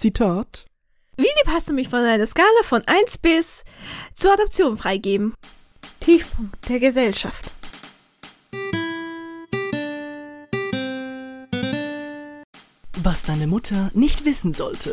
Zitat. Wie lieb hast du mich von einer Skala von 1 bis zur Adoption freigeben? Tiefpunkt der Gesellschaft. Was deine Mutter nicht wissen sollte.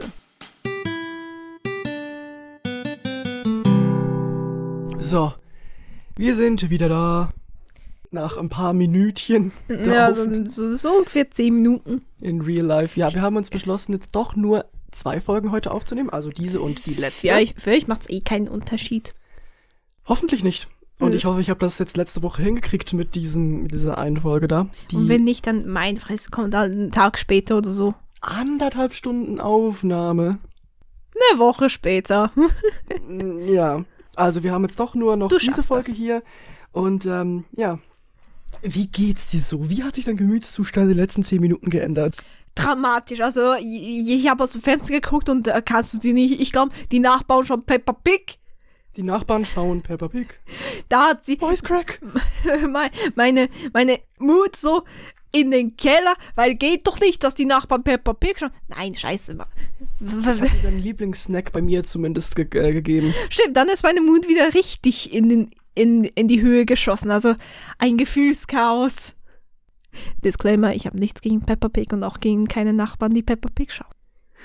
So, wir sind wieder da. Nach ein paar Minütchen. Ja, so ungefähr 10 Minuten. In real life. Ja, wir haben uns beschlossen, jetzt doch nur 2 Folgen heute aufzunehmen. Also diese und die letzte. Ja, für euch macht es keinen Unterschied. Hoffentlich nicht. Und ich hoffe, ich habe das jetzt letzte Woche hingekriegt mit dieser einen Folge da. Und wenn nicht, dann mein Fresse kommt dann einen Tag später oder so. 1,5 Stunden Aufnahme. Eine Woche später. Ja, also wir haben jetzt doch nur noch diese Folge hier. Und ja, wie geht's dir so? Wie hat sich dein Gemütszustand in den letzten 10 Minuten geändert? Dramatisch. Also ich habe aus dem Fenster geguckt und kannst du die nicht, ich glaube, die Nachbarn schon Peppa Pig. Die Nachbarn schauen Peppa Pig. Da hat sie Voice Crack. meine Mut so in den Keller, weil geht doch nicht, dass die Nachbarn Peppa Pig schauen. Nein, scheiße. Ich habe dir deinen Lieblingssnack bei mir zumindest gegeben. Stimmt, dann ist meine Mut wieder richtig in die Höhe geschossen. Also ein Gefühlschaos. Disclaimer, ich habe nichts gegen Peppa Pig und auch gegen keine Nachbarn, die Peppa Pig schauen.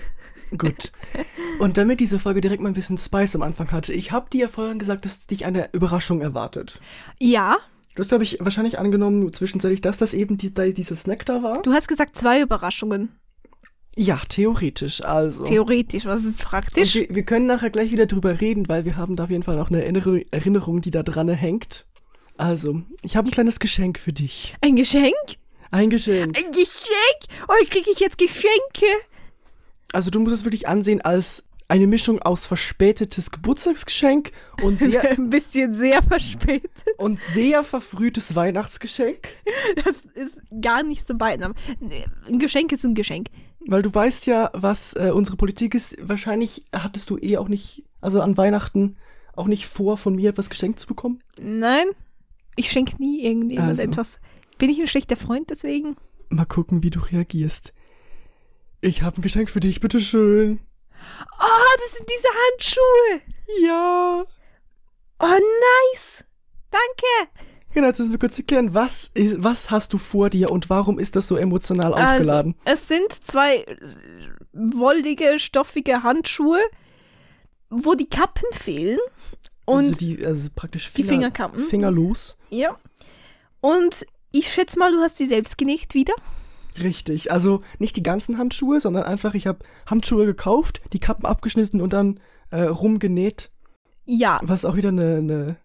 Gut. Und damit diese Folge direkt mal ein bisschen Spice am Anfang hatte, ich habe dir ja vorhin gesagt, dass dich eine Überraschung erwartet. Ja. Du hast, glaube ich, wahrscheinlich angenommen, zwischenzeitlich, dass das eben dieser Snack da war. Du hast gesagt 2 Überraschungen. Ja, theoretisch, also. Theoretisch, was ist praktisch? Wir können nachher gleich wieder drüber reden, weil wir haben da auf jeden Fall noch eine Erinnerung, die da dran hängt. Also, ich habe ein kleines Geschenk für dich. Ein Geschenk? Ein Geschenk. Ein Geschenk? Oh, kriege ich jetzt Geschenke? Also, du musst es wirklich ansehen als eine Mischung aus verspätetes Geburtstagsgeschenk und ein bisschen sehr verspätet. Und sehr verfrühtes Weihnachtsgeschenk. Das ist gar nicht so beidsam. Ein Geschenk ist ein Geschenk. Weil du weißt ja, was unsere Politik ist. Wahrscheinlich hattest du auch nicht, also an Weihnachten, auch nicht vor, von mir etwas geschenkt zu bekommen. Nein, ich schenke nie irgendjemand etwas. Bin ich ein schlechter Freund deswegen? Mal gucken, wie du reagierst. Ich habe ein Geschenk für dich, bitteschön. Oh, das sind diese Handschuhe. Ja. Oh, nice. Danke. Genau, jetzt müssen wir kurz erklären, was hast du vor dir und warum ist das so emotional aufgeladen? Also, es sind 2 wollige, stoffige Handschuhe, wo die Kappen fehlen. Und also praktisch die Fingerkappen. Fingerlos. Ja. Und ich schätze mal, du hast die selbst genäht wieder. Richtig, also nicht die ganzen Handschuhe, sondern einfach, ich habe Handschuhe gekauft, die Kappen abgeschnitten und dann rumgenäht. Ja. Was auch wieder eine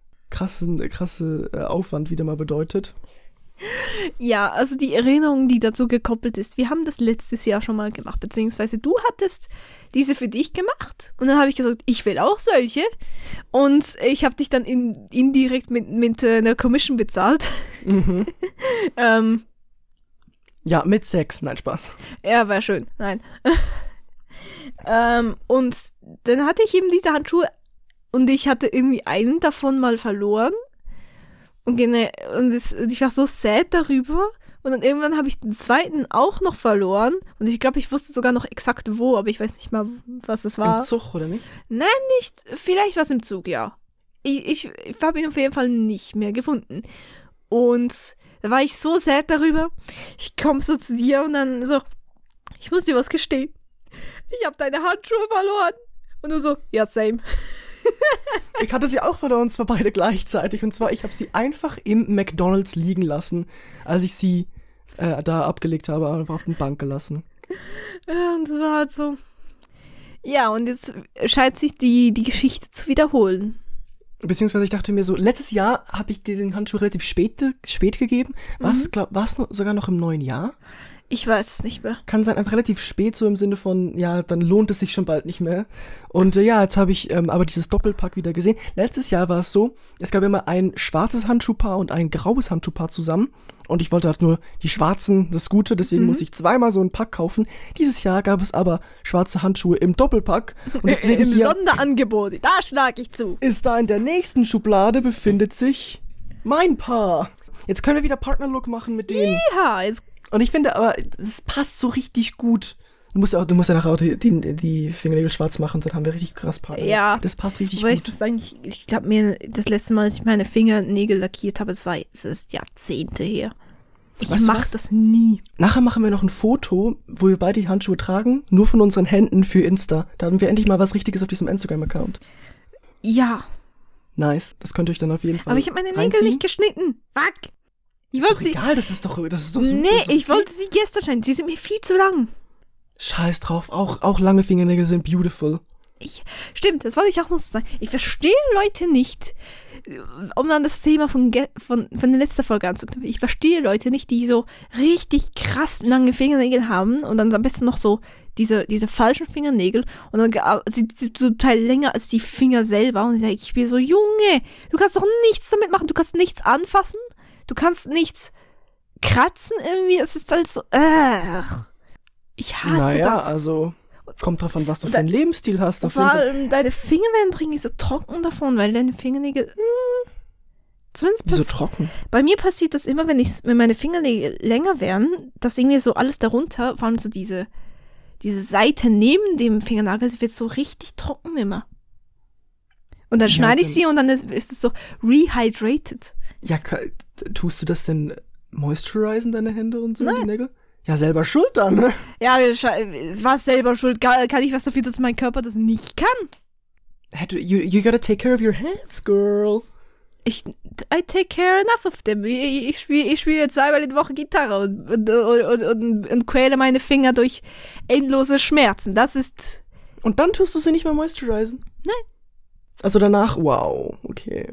krasse Aufwand wieder mal bedeutet. Ja, also die Erinnerung, die dazu gekoppelt ist, wir haben das letztes Jahr schon mal gemacht, beziehungsweise du hattest diese für dich gemacht und dann habe ich gesagt, ich will auch solche und ich habe dich dann indirekt mit einer Commission bezahlt. Mhm. Ja, mit Sex, nein, Spaß. Ja, war schön, nein. Und dann hatte ich eben diese Handschuhe und ich hatte irgendwie einen davon mal verloren. Und ich war so sad darüber. Und dann irgendwann habe ich den zweiten auch noch verloren. Und ich glaube, ich wusste sogar noch exakt wo, aber ich weiß nicht mal, was es war. Im Zug, oder nicht? Nein, nicht. Vielleicht war es im Zug, ja. Ich habe ihn auf jeden Fall nicht mehr gefunden. Und da war ich so sad darüber. Ich komme so zu dir und dann so, ich muss dir was gestehen. Ich habe deine Handschuhe verloren. Und du so, ja, same. Ich hatte sie auch verloren, zwar beide gleichzeitig. Und zwar, ich habe sie einfach im McDonald's liegen lassen, als ich sie da abgelegt habe, einfach auf den Bank gelassen. Und es war halt so. Ja, und jetzt scheint sich die Geschichte zu wiederholen. Beziehungsweise ich dachte mir so, letztes Jahr habe ich dir den Handschuh relativ spät gegeben. War es sogar noch im neuen Jahr? Ich weiß es nicht mehr. Kann sein, einfach relativ spät, so im Sinne von, ja, dann lohnt es sich schon bald nicht mehr. Und ja, jetzt habe ich aber dieses Doppelpack wieder gesehen. Letztes Jahr war es so, es gab immer ein schwarzes Handschuhpaar und ein graues Handschuhpaar zusammen. Und ich wollte halt nur die schwarzen, das Gute, deswegen musste ich zweimal so ein Pack kaufen. Dieses Jahr gab es aber schwarze Handschuhe im Doppelpack. Und deswegen im Sonderangebot, da schlage ich zu. Ist da in der nächsten Schublade befindet sich mein Paar. Jetzt können wir wieder Partnerlook machen mit denen. Ja, jetzt. Und ich finde aber, es passt so richtig gut. Du musst ja nachher auch die Fingernägel schwarz machen, dann haben wir richtig krass Paar. Ja. Das passt richtig Weil gut. ich glaube mir, das letzte Mal, als ich meine Fingernägel lackiert habe, es ist Jahrzehnte her. Ich Weißt du mache was? das nie. Nachher machen wir noch ein Foto, wo wir beide die Handschuhe tragen, nur von unseren Händen für Insta. Da haben wir endlich mal was Richtiges auf diesem Instagram-Account. Ja, Nice, das könnt ihr euch dann auf jeden Fall aber ich habe meine Nägel reinziehen. nicht geschnitten. Fuck. Ich Ist doch wollte sie. egal, das ist doch super. Nee, ist doch ich wollte sie gestern schneiden. Sie sind mir viel zu lang. Scheiß drauf, auch lange Fingernägel sind beautiful. Stimmt, das wollte ich auch noch so sagen. Ich verstehe Leute nicht, um dann das Thema von der letzten Folge anzuknüpfen. Ich verstehe Leute nicht, die so richtig krass lange Fingernägel haben und dann am besten noch so diese falschen Fingernägel und dann sind sie zum Teil länger als die Finger selber und ich bin so, Junge, du kannst doch nichts damit machen, du kannst nichts anfassen, du kannst nichts kratzen irgendwie, es ist halt so, ich hasse das. Also kommt drauf an, was du für einen Lebensstil hast. Auf jeden Vor Fall. allem deine Finger werden irgendwie so trocken davon, weil deine Fingernägel, zumindest Wieso trocken? bei mir passiert das immer, wenn meine Fingernägel länger werden, dass irgendwie so alles darunter, vor allem so diese Seite neben dem Fingernagel, sie wird so richtig trocken immer. Und dann schneide ich sie und dann ist es so rehydrated. Ja, tust du das denn moisturizing, deine Hände und so, die Nägel? Ja, selber schuld dann, ne? Ja, war selber schuld. Kann ich was dafür, dass mein Körper das nicht kann? You gotta take care of your hands, girl. I take care enough of them. Ich spiele jetzt zweimal in der Woche Gitarre und quäle meine Finger durch endlose Schmerzen. Das ist... Und dann tust du sie nicht mehr moisturizing? Nein. Also danach, wow, okay.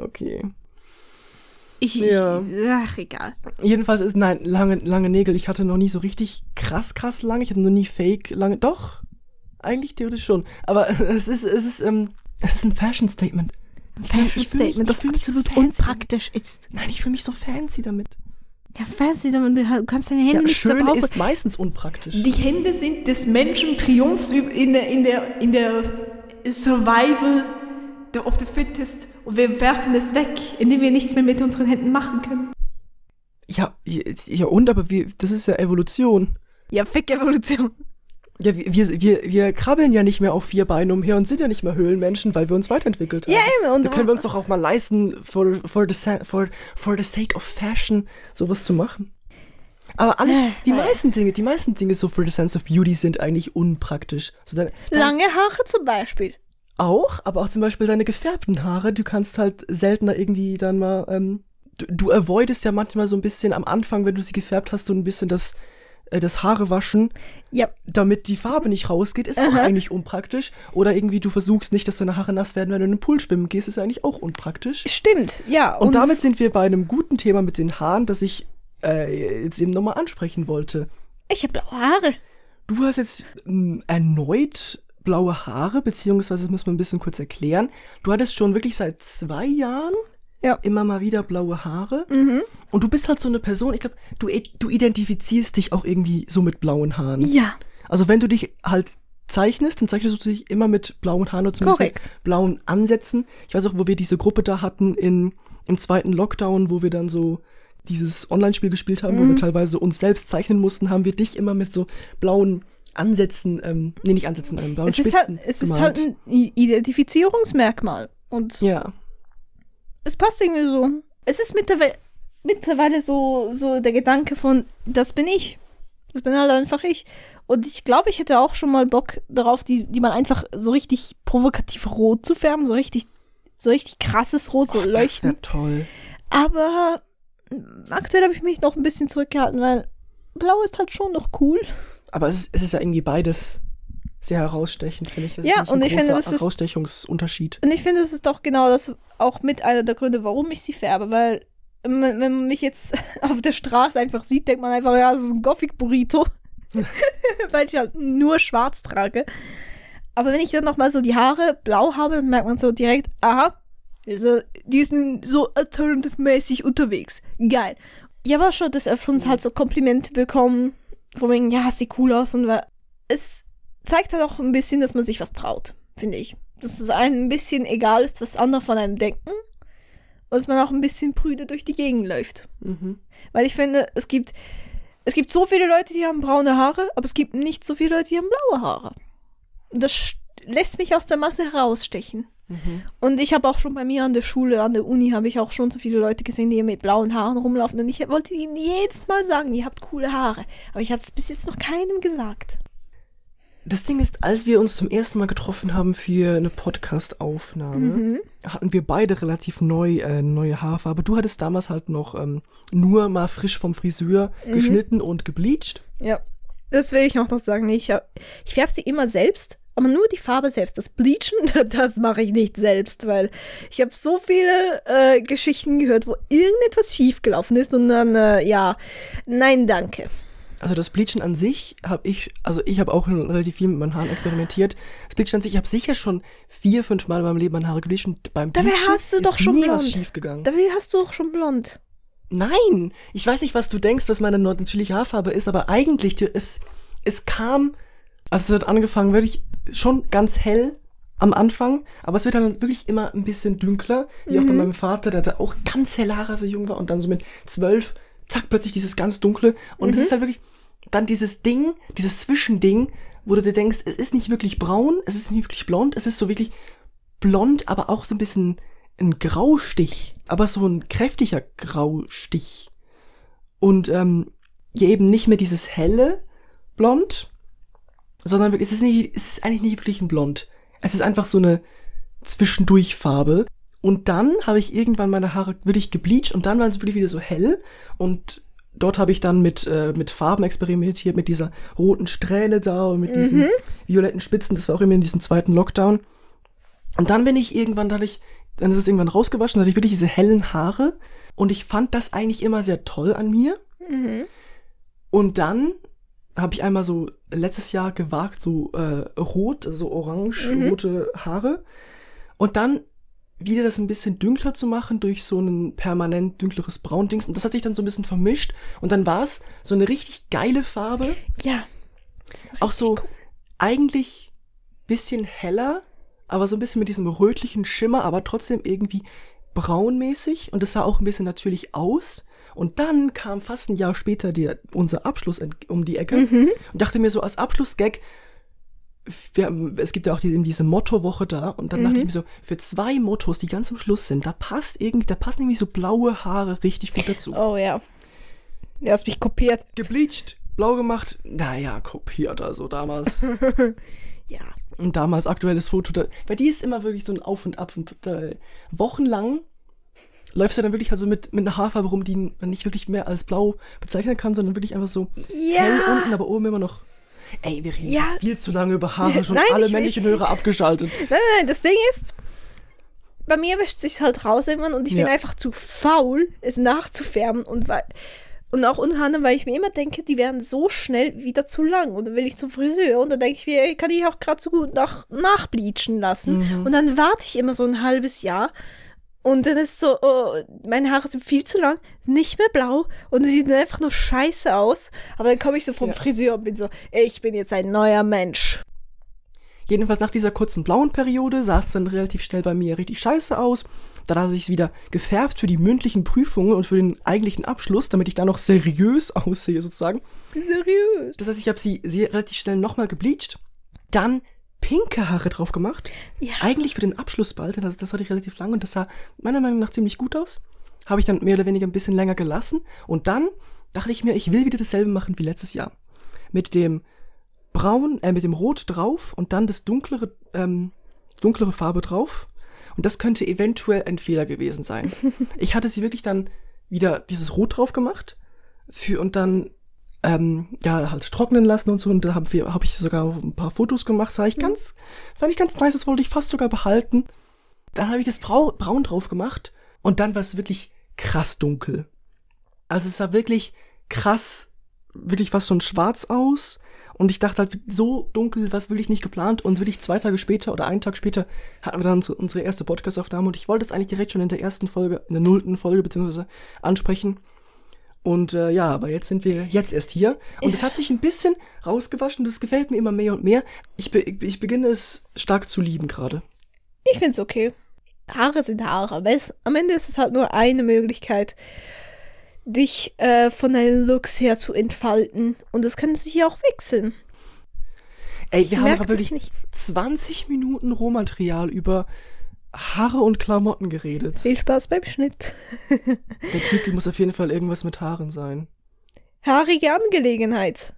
Ach, egal. Jedenfalls lange Nägel. Ich hatte noch nie so richtig krass lang. Ich hatte noch nie fake lange. Doch, eigentlich theoretisch schon. Aber es ist ein Fashion-Statement. Fashion-Statement, das absolut unpraktisch ist. Nein, ich fühle mich so fancy damit. Ja, fancy, du kannst deine Hände nicht schön zerbauchen. ist meistens unpraktisch. Die Hände sind des Menschen Triumphs in der Survival of the Fittest und wir werfen es weg, indem wir nichts mehr mit unseren Händen machen können. Ja, und, aber das ist ja Evolution. Ja, fick Evolution. Ja, wir krabbeln ja nicht mehr auf 4 Beinen umher und sind ja nicht mehr Höhlenmenschen, weil wir uns weiterentwickelt haben. Ja, eben. Und da können wir uns doch auch mal leisten, for the sake of fashion, sowas zu machen. Aber die meisten Dinge so for the sense of beauty sind eigentlich unpraktisch. Also lange Haare zum Beispiel. Auch, aber auch zum Beispiel deine gefärbten Haare. Du kannst halt seltener irgendwie dann mal, du avoidest ja manchmal so ein bisschen am Anfang, wenn du sie gefärbt hast, so ein bisschen das Haare waschen, ja, damit die Farbe nicht rausgeht, ist auch eigentlich unpraktisch. Oder irgendwie du versuchst nicht, dass deine Haare nass werden, wenn du in den Pool schwimmen gehst, ist eigentlich auch unpraktisch. Stimmt, ja. Und damit sind wir bei einem guten Thema mit den Haaren, das ich jetzt eben nochmal ansprechen wollte. Ich habe blaue Haare. Du hast jetzt erneut blaue Haare, beziehungsweise das müssen wir ein bisschen kurz erklären. Du hattest schon wirklich seit 2 Jahren immer mal wieder blaue Haare. Mhm. Und du bist halt so eine Person, ich glaube, du identifizierst dich auch irgendwie so mit blauen Haaren. Ja. Also wenn du dich halt zeichnest, dann zeichnest du dich immer mit blauen Haaren oder zumindest mit blauen Ansätzen. Ich weiß auch, wo wir diese Gruppe da hatten im 2. Lockdown, wo wir dann so dieses Online-Spiel gespielt haben, wo wir teilweise uns selbst zeichnen mussten, haben wir dich immer mit so blauen Ansätzen, nicht Ansätzen, blauen Spitzen Es ist halt ein Identifizierungsmerkmal. Und ja. Es passt irgendwie so. Es ist mittlerweile so der Gedanke von, das bin ich. Das bin halt einfach ich. Und ich glaube, ich hätte auch schon mal Bock darauf, die mal einfach so richtig provokativ rot zu färben. So richtig krasses Rot, so leuchten. Das wäre toll. Aber aktuell habe ich mich noch ein bisschen zurückgehalten, weil Blau ist halt schon noch cool. Aber es ist ja irgendwie beides sehr herausstechend, finde ich. Das ja, ist und ein ich finde, großer Herausstechungsunterschied. Und ich finde, es ist doch genau das auch mit einer der Gründe, warum ich sie färbe, weil wenn man mich jetzt auf der Straße einfach sieht, denkt man einfach, ja, das ist ein Gothic-Burrito, weil ich halt nur schwarz trage. Aber wenn ich dann nochmal so die Haare blau habe, dann merkt man so direkt, aha, die sind so alternative-mäßig unterwegs. Geil. Ich habe auch schon des Öfteren halt so Komplimente bekommen, von wegen, ja, sieht cool aus. Und es zeigt halt auch ein bisschen, dass man sich was traut, finde ich. Dass es einem ein bisschen egal ist, was andere von einem denken. Und dass man auch ein bisschen prüde durch die Gegend läuft. Mhm. Weil ich finde, es gibt Es gibt so viele Leute, die haben braune Haare, aber es gibt nicht so viele Leute, die haben blaue Haare. Und das lässt mich aus der Masse herausstechen. Und ich habe auch schon bei mir an der Schule, an der Uni, habe ich auch schon so viele Leute gesehen, die mit blauen Haaren rumlaufen. Und ich wollte ihnen jedes Mal sagen, ihr habt coole Haare. Aber ich habe es bis jetzt noch keinem gesagt. Das Ding ist, als wir uns zum ersten Mal getroffen haben für eine Podcast-Aufnahme, hatten wir beide relativ neue Haarfarbe. Du hattest damals halt noch nur mal frisch vom Friseur geschnitten und gebleicht. Ja, das will ich noch sagen. Ich färbe sie immer selbst, aber nur die Farbe selbst. Das Bleachen, das mache ich nicht selbst, weil ich habe so viele Geschichten gehört, wo irgendetwas schiefgelaufen ist und dann, nein, danke. Also das Bleachen an sich ich habe auch relativ viel mit meinen Haaren experimentiert. Das Bleachen an sich, ich habe sicher schon 4-5 Mal in meinem Leben meine Haare gebleicht und beim Bleachen ist nie was schief gegangen. Dabei hast du doch schon blond. Nein, ich weiß nicht, was du denkst, was meine natürliche Haarfarbe ist, aber eigentlich, es kam, also es hat angefangen wirklich schon ganz hell am Anfang, aber es wird dann wirklich immer ein bisschen dünkler, wie auch bei meinem Vater, der hatte auch ganz helle Haare, als er jung war und dann so mit 12, zack, plötzlich dieses ganz dunkle und es ist halt wirklich dann dieses Zwischending, wo du dir denkst, es ist nicht wirklich braun, es ist nicht wirklich blond, es ist so wirklich blond, aber auch so ein bisschen ein Graustich, aber so ein kräftiger Graustich. Und eben nicht mehr dieses helle Blond, sondern es ist eigentlich nicht wirklich ein Blond. Es ist einfach so eine Zwischendurchfarbe. Und dann habe ich irgendwann meine Haare wirklich gebleicht und dann waren sie wirklich wieder so hell und dort habe ich dann mit Farben experimentiert, mit dieser roten Strähne da und mit diesen violetten Spitzen. Das war auch immer in diesem zweiten Lockdown. Und dann dann ist es irgendwann rausgewaschen, hatte ich wirklich diese hellen Haare. Und ich fand das eigentlich immer sehr toll an mir. Und dann habe ich einmal so letztes Jahr gewagt, so orange-rote Haare. Und dann wieder das ein bisschen dünkler zu machen durch so ein permanent dünkleres Braundings. Und das hat sich dann so ein bisschen vermischt. Und dann war es so eine richtig geile Farbe. Ja. Auch so eigentlich bisschen heller, aber so ein bisschen mit diesem rötlichen Schimmer, aber trotzdem irgendwie braunmäßig. Und es sah auch ein bisschen natürlich aus. Und dann kam fast ein Jahr später unser Abschluss um die Ecke. Und dachte mir so als Abschlussgag, es gibt ja auch diese Mottowoche da und dann dachte ich mir so, für 2 Mottos, die ganz am Schluss sind, da passen irgendwie so blaue Haare richtig gut dazu. Oh ja. Du hast mich kopiert. Gebleicht, blau gemacht, naja, kopiert also damals. Ja. Und damals aktuelles Foto, weil die ist immer wirklich so ein Auf und Ab und wochenlang läufst du dann wirklich also mit einer Haarfarbe rum, die man nicht wirklich mehr als blau bezeichnen kann, sondern wirklich einfach so hell unten, aber oben immer noch. Ey, wir reden jetzt viel zu lange über Haare, schon alle männlichen Hörer abgeschaltet. Nein, das Ding ist, bei mir wäscht sich halt raus irgendwann und ich bin einfach zu faul, es nachzufärben und auch unter anderem, weil ich mir immer denke, die werden so schnell wieder zu lang und dann will ich zum Friseur und dann denke ich mir, kann ich auch gerade so gut nachbleachen lassen und dann warte ich immer so ein halbes Jahr. Und dann ist so, meine Haare sind viel zu lang, nicht mehr blau und sie sehen einfach nur scheiße aus. Aber dann komme ich so vom Friseur und bin so, ich bin jetzt ein neuer Mensch. Jedenfalls nach dieser kurzen blauen Periode sah es dann relativ schnell bei mir richtig scheiße aus. Dann hatte ich es wieder gefärbt für die mündlichen Prüfungen und für den eigentlichen Abschluss, damit ich da noch seriös aussehe sozusagen. Seriös? Das heißt, ich habe sie relativ schnell nochmal gebleicht. Dann pinke Haare drauf gemacht. Ja. Eigentlich für den Abschlussball, denn das hatte ich relativ lang und das sah meiner Meinung nach ziemlich gut aus. Habe ich dann mehr oder weniger ein bisschen länger gelassen und dann dachte ich mir, ich will wieder dasselbe machen wie letztes Jahr. Mit dem mit dem Rot drauf und dann das dunklere Farbe drauf. Und das könnte eventuell ein Fehler gewesen sein. Ich hatte sie wirklich dann wieder dieses Rot drauf gemacht und dann halt trocknen lassen und so. Und da hab ich sogar ein paar Fotos gemacht. Fand ich ganz nice, das wollte ich fast sogar behalten. Dann habe ich das Braun drauf gemacht und dann war es wirklich krass dunkel. Also es sah wirklich krass, wirklich fast schon schwarz aus. Und ich dachte halt, so dunkel war es wirklich nicht geplant. Und wirklich 2 Tage später oder einen Tag später hatten wir dann unsere erste Podcast-Aufnahme. Und ich wollte es eigentlich direkt schon in der ersten Folge, in der 0. Folge beziehungsweise ansprechen. Und aber jetzt sind wir erst hier. Und es hat sich ein bisschen rausgewaschen. Das gefällt mir immer mehr und mehr. Ich beginne es stark zu lieben gerade. Ich finde es okay. Haare sind Haare. Aber am Ende ist es halt nur eine Möglichkeit, dich von deinen Looks her zu entfalten. Und das kann sich ja auch wechseln. Ey, wir haben aber wirklich 20 Minuten Rohmaterial über Haare und Klamotten geredet. Viel Spaß beim Schnitt. Der Titel muss auf jeden Fall irgendwas mit Haaren sein. Haarige Angelegenheit.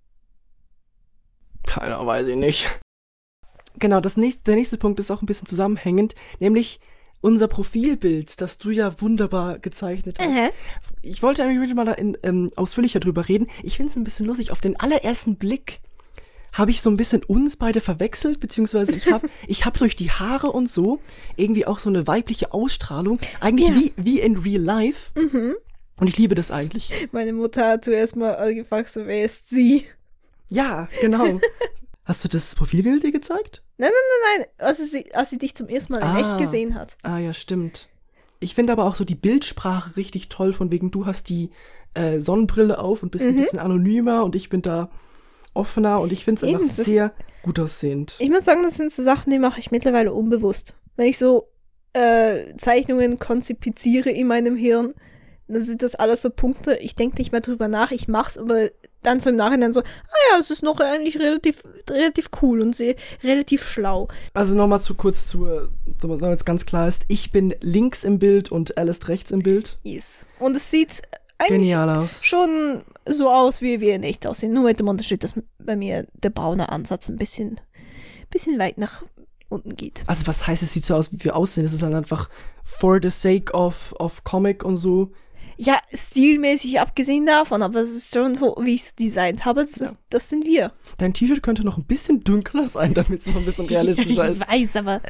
Keiner, weiß ich nicht. Genau, der nächste Punkt ist auch ein bisschen zusammenhängend, nämlich unser Profilbild, das du ja wunderbar gezeichnet hast. Ich wollte eigentlich mal da ausführlicher drüber reden. Ich finde es ein bisschen lustig. Auf den allerersten Blick habe ich so ein bisschen uns beide verwechselt, beziehungsweise ich hab durch die Haare und so irgendwie auch so eine weibliche Ausstrahlung. Eigentlich wie in Real Life. Mhm. Und ich liebe das eigentlich. Meine Mutter hat zuerst mal gefragt, so, wer ist sie? Ja, genau. Hast du das Profilbild dir gezeigt? Nein. Als sie dich zum ersten Mal in echt gesehen hat. Ah, ja, stimmt. Ich finde aber auch so die Bildsprache richtig toll, von wegen, du hast die Sonnenbrille auf und bist ein bisschen anonymer und ich bin da offener und ich finde es einfach sehr gut aussehend. Ich muss sagen, das sind so Sachen, die mache ich mittlerweile unbewusst. Wenn ich so Zeichnungen konzipiere in meinem Hirn, dann sind das alles so Punkte, ich denke nicht mehr drüber nach, ich mach's, aber dann so im Nachhinein so, es ist noch eigentlich relativ cool und relativ schlau. Also nochmal damit es ganz klar ist, ich bin links im Bild und Alice rechts im Bild. Yes. Und es sieht eigentlich genial aus. Schon so aus, wie wir in echt aussehen. Nur mit dem Unterschied, dass bei mir der braune Ansatz ein bisschen weit nach unten geht. Also was heißt, es sieht so aus, wie wir aussehen? Es ist dann einfach for the sake of Comic und so. Ja, stilmäßig abgesehen davon, aber es ist schon, wie ich es designt habe, das sind wir. Dein T-Shirt könnte noch ein bisschen dunkler sein, damit es noch ein bisschen realistischer ist. Ich weiß, aber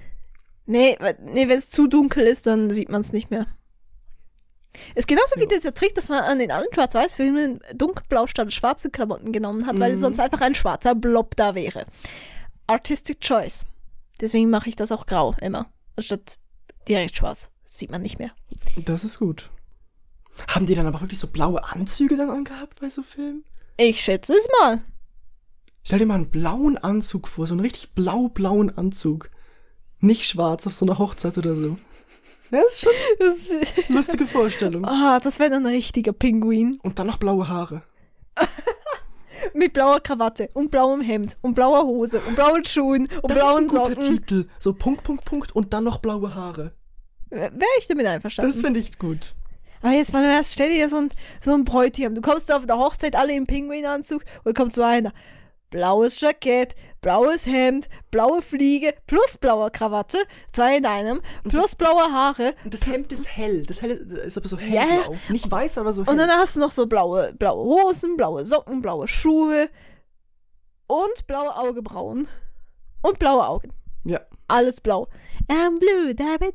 nee, wenn es zu dunkel ist, dann sieht man es nicht mehr. Es ist genauso wie dieser Trick, dass man an den alten Schwarz-Weiß-Filmen dunkelblau statt schwarze Klamotten genommen hat, weil sonst einfach ein schwarzer Blob da wäre. Artistic Choice. Deswegen mache ich das auch grau immer, anstatt direkt schwarz. Das sieht man nicht mehr. Das ist gut. Haben die dann aber wirklich so blaue Anzüge dann angehabt bei so Filmen? Ich schätze es mal. Stell dir mal einen blauen Anzug vor, so einen richtig blau-blauen Anzug. Nicht schwarz auf so einer Hochzeit oder so. Ja, das ist schon eine lustige Vorstellung. Das wäre dann ein richtiger Pinguin. Und dann noch blaue Haare. Mit blauer Krawatte und blauem Hemd und blauer Hose und blauen Schuhen und blauen Socken. Das ist ein guter Titel. So Punkt und dann noch blaue Haare. Wäre ich damit einverstanden. Das finde ich gut. Aber jetzt mal, stell dir so ein Bräutigam. Du kommst auf der Hochzeit alle im Pinguinanzug und kommt so einer. Blaues Jackett, blaues Hemd, blaue Fliege plus blauer Krawatte, 2 in einem, plus blaue Haare. Und das Hemd ist hell. Das hell ist aber so hellblau. Yeah. Nicht weiß, aber so hell. Und dann hast du noch so blaue Hosen, blaue Socken, blaue Schuhe und blaue Augenbrauen. Und blaue Augen. Ja. Alles blau. I'm blue,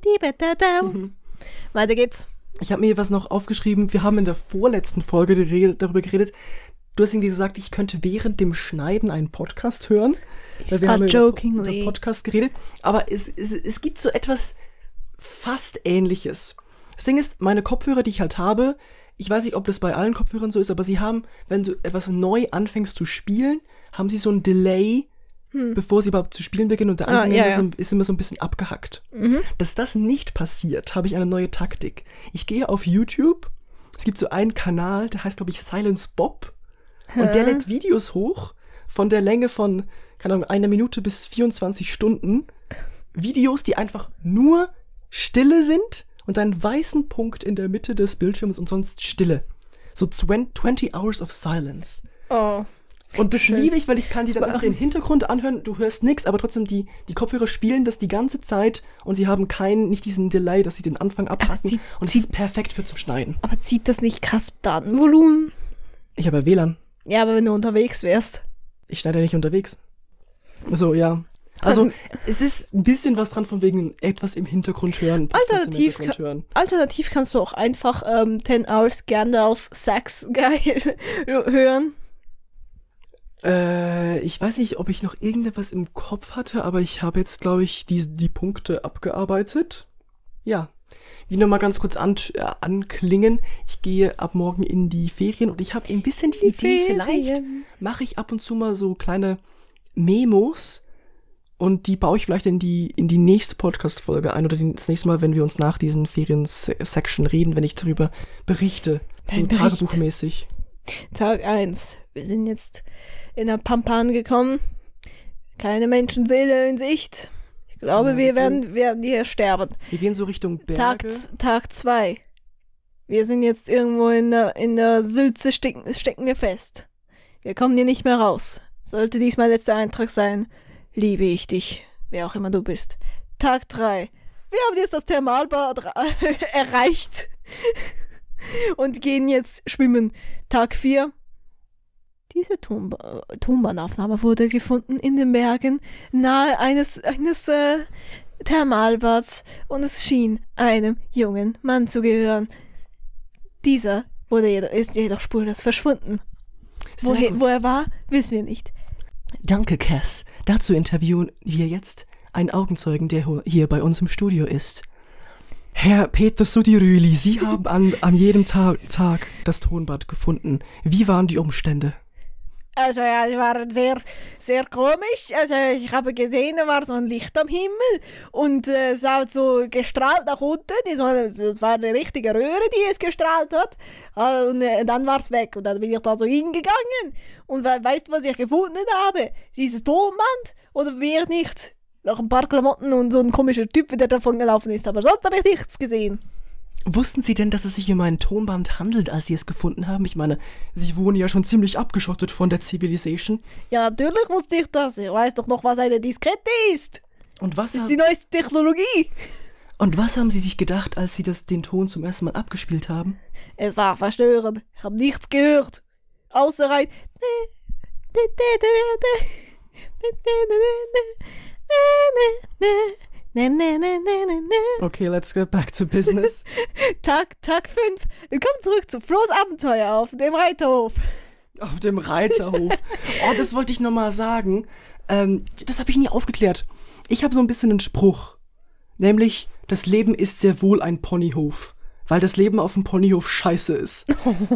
Weiter geht's. Ich habe mir was noch aufgeschrieben. Wir haben in der vorletzten Folge darüber geredet. Du hast irgendwie gesagt, ich könnte während dem Schneiden einen Podcast hören. Wir haben über Podcast geredet. Aber es gibt so etwas fast Ähnliches. Das Ding ist, meine Kopfhörer, die ich halt habe, ich weiß nicht, ob das bei allen Kopfhörern so ist, aber sie haben, wenn du etwas neu anfängst zu spielen, haben sie so ein Delay, bevor sie überhaupt zu spielen beginnen und der Anfang ist immer so ein bisschen abgehackt. Dass das nicht passiert, habe ich eine neue Taktik. Ich gehe auf YouTube, es gibt so einen Kanal, der heißt, glaube ich, Silence Bob und der lädt Videos hoch von der Länge von, keine Ahnung, 1 Minute bis 24 Stunden. Videos, die einfach nur Stille sind und einen weißen Punkt in der Mitte des Bildschirms und sonst Stille. So 20 Hours of Silence. Oh. Und das liebe ich, weil ich kann die dann einfach im Hintergrund anhören, du hörst nichts, aber trotzdem die Kopfhörer spielen das die ganze Zeit und sie haben nicht diesen Delay, dass sie den Anfang abhacken und es ist perfekt für zum Schneiden. Aber zieht das nicht krass Datenvolumen? Ich habe ja WLAN. Ja, aber wenn du unterwegs wärst. Ich schneide ja nicht unterwegs. So, ja. Also, es ist ein bisschen was dran von wegen etwas im Hintergrund hören. Alternativ kannst du auch einfach 10 Hours Gandalf Sax Guy hören. Ich weiß nicht, ob ich noch irgendetwas im Kopf hatte, aber ich habe jetzt, glaube ich, die Punkte abgearbeitet. Ja, wie nochmal ganz kurz anklingen. Ich gehe ab morgen in die Ferien und ich habe ein bisschen die Idee, vielleicht mache ich ab und zu mal so kleine Memos und die baue ich vielleicht in die nächste Podcast-Folge ein oder das nächste Mal, wenn wir uns nach diesen Ferien-Section reden, wenn ich darüber berichte, So Dein Bericht. tagebuchmäßig. Tag 1. Wir sind jetzt in der Pampa angekommen. Keine Menschenseele in Sicht. Ich glaube, Ja, wir wir werden hier sterben. Wir gehen so Richtung Berge. Tag 2. Wir sind jetzt irgendwo in der Sülze stecken wir fest. Wir kommen hier nicht mehr raus. Sollte dies mein letzter Eintrag sein, liebe ich dich, wer auch immer du bist. Tag 3. Wir haben jetzt das Thermalbad erreicht und gehen jetzt schwimmen. Tag 4. Diese Tonbandaufnahme wurde gefunden in den Bergen nahe eines Thermalbads und es schien einem jungen Mann zu gehören. Dieser ist jedoch spurlos verschwunden. Wo er war, wissen wir nicht. Danke, Cass. Dazu interviewen wir jetzt einen Augenzeugen, der hier bei uns im Studio ist. Herr Peter Sudirüli, Sie haben an jedem Tag das Tonbad gefunden. Wie waren die Umstände? Also ja, die waren sehr, sehr komisch. Also ich habe gesehen, da war so ein Licht am Himmel und es hat so gestrahlt nach unten. Das war eine richtige Röhre, die es gestrahlt hat. Und dann war es weg und dann bin ich da so hingegangen. Und weißt du, was ich gefunden habe? Dieses Tonband oder mehr nicht. Noch ein paar Klamotten und so ein komischer Typ, der davon gelaufen ist. Aber sonst habe ich nichts gesehen. Wussten Sie denn, dass es sich um ein Tonband handelt, als Sie es gefunden haben? Ich meine, Sie wohnen ja schon ziemlich abgeschottet von der Civilization. Ja, natürlich wusste ich das. Ich weiß doch noch, was eine Diskette ist. Und was Das ist die neueste Technologie. Und was haben Sie sich gedacht, als Sie den Ton zum ersten Mal abgespielt haben? Es war verstörend. Ich habe nichts gehört. Außer ein... Okay, let's get back to business. Tag 5. Willkommen zurück zu Flo's Abenteuer auf dem Reiterhof. Auf dem Reiterhof. Oh, das wollte ich nochmal sagen. Das habe ich nie aufgeklärt. Ich habe so ein bisschen einen Spruch. Nämlich, das Leben ist sehr wohl ein Ponyhof. Weil das Leben auf dem Ponyhof scheiße ist.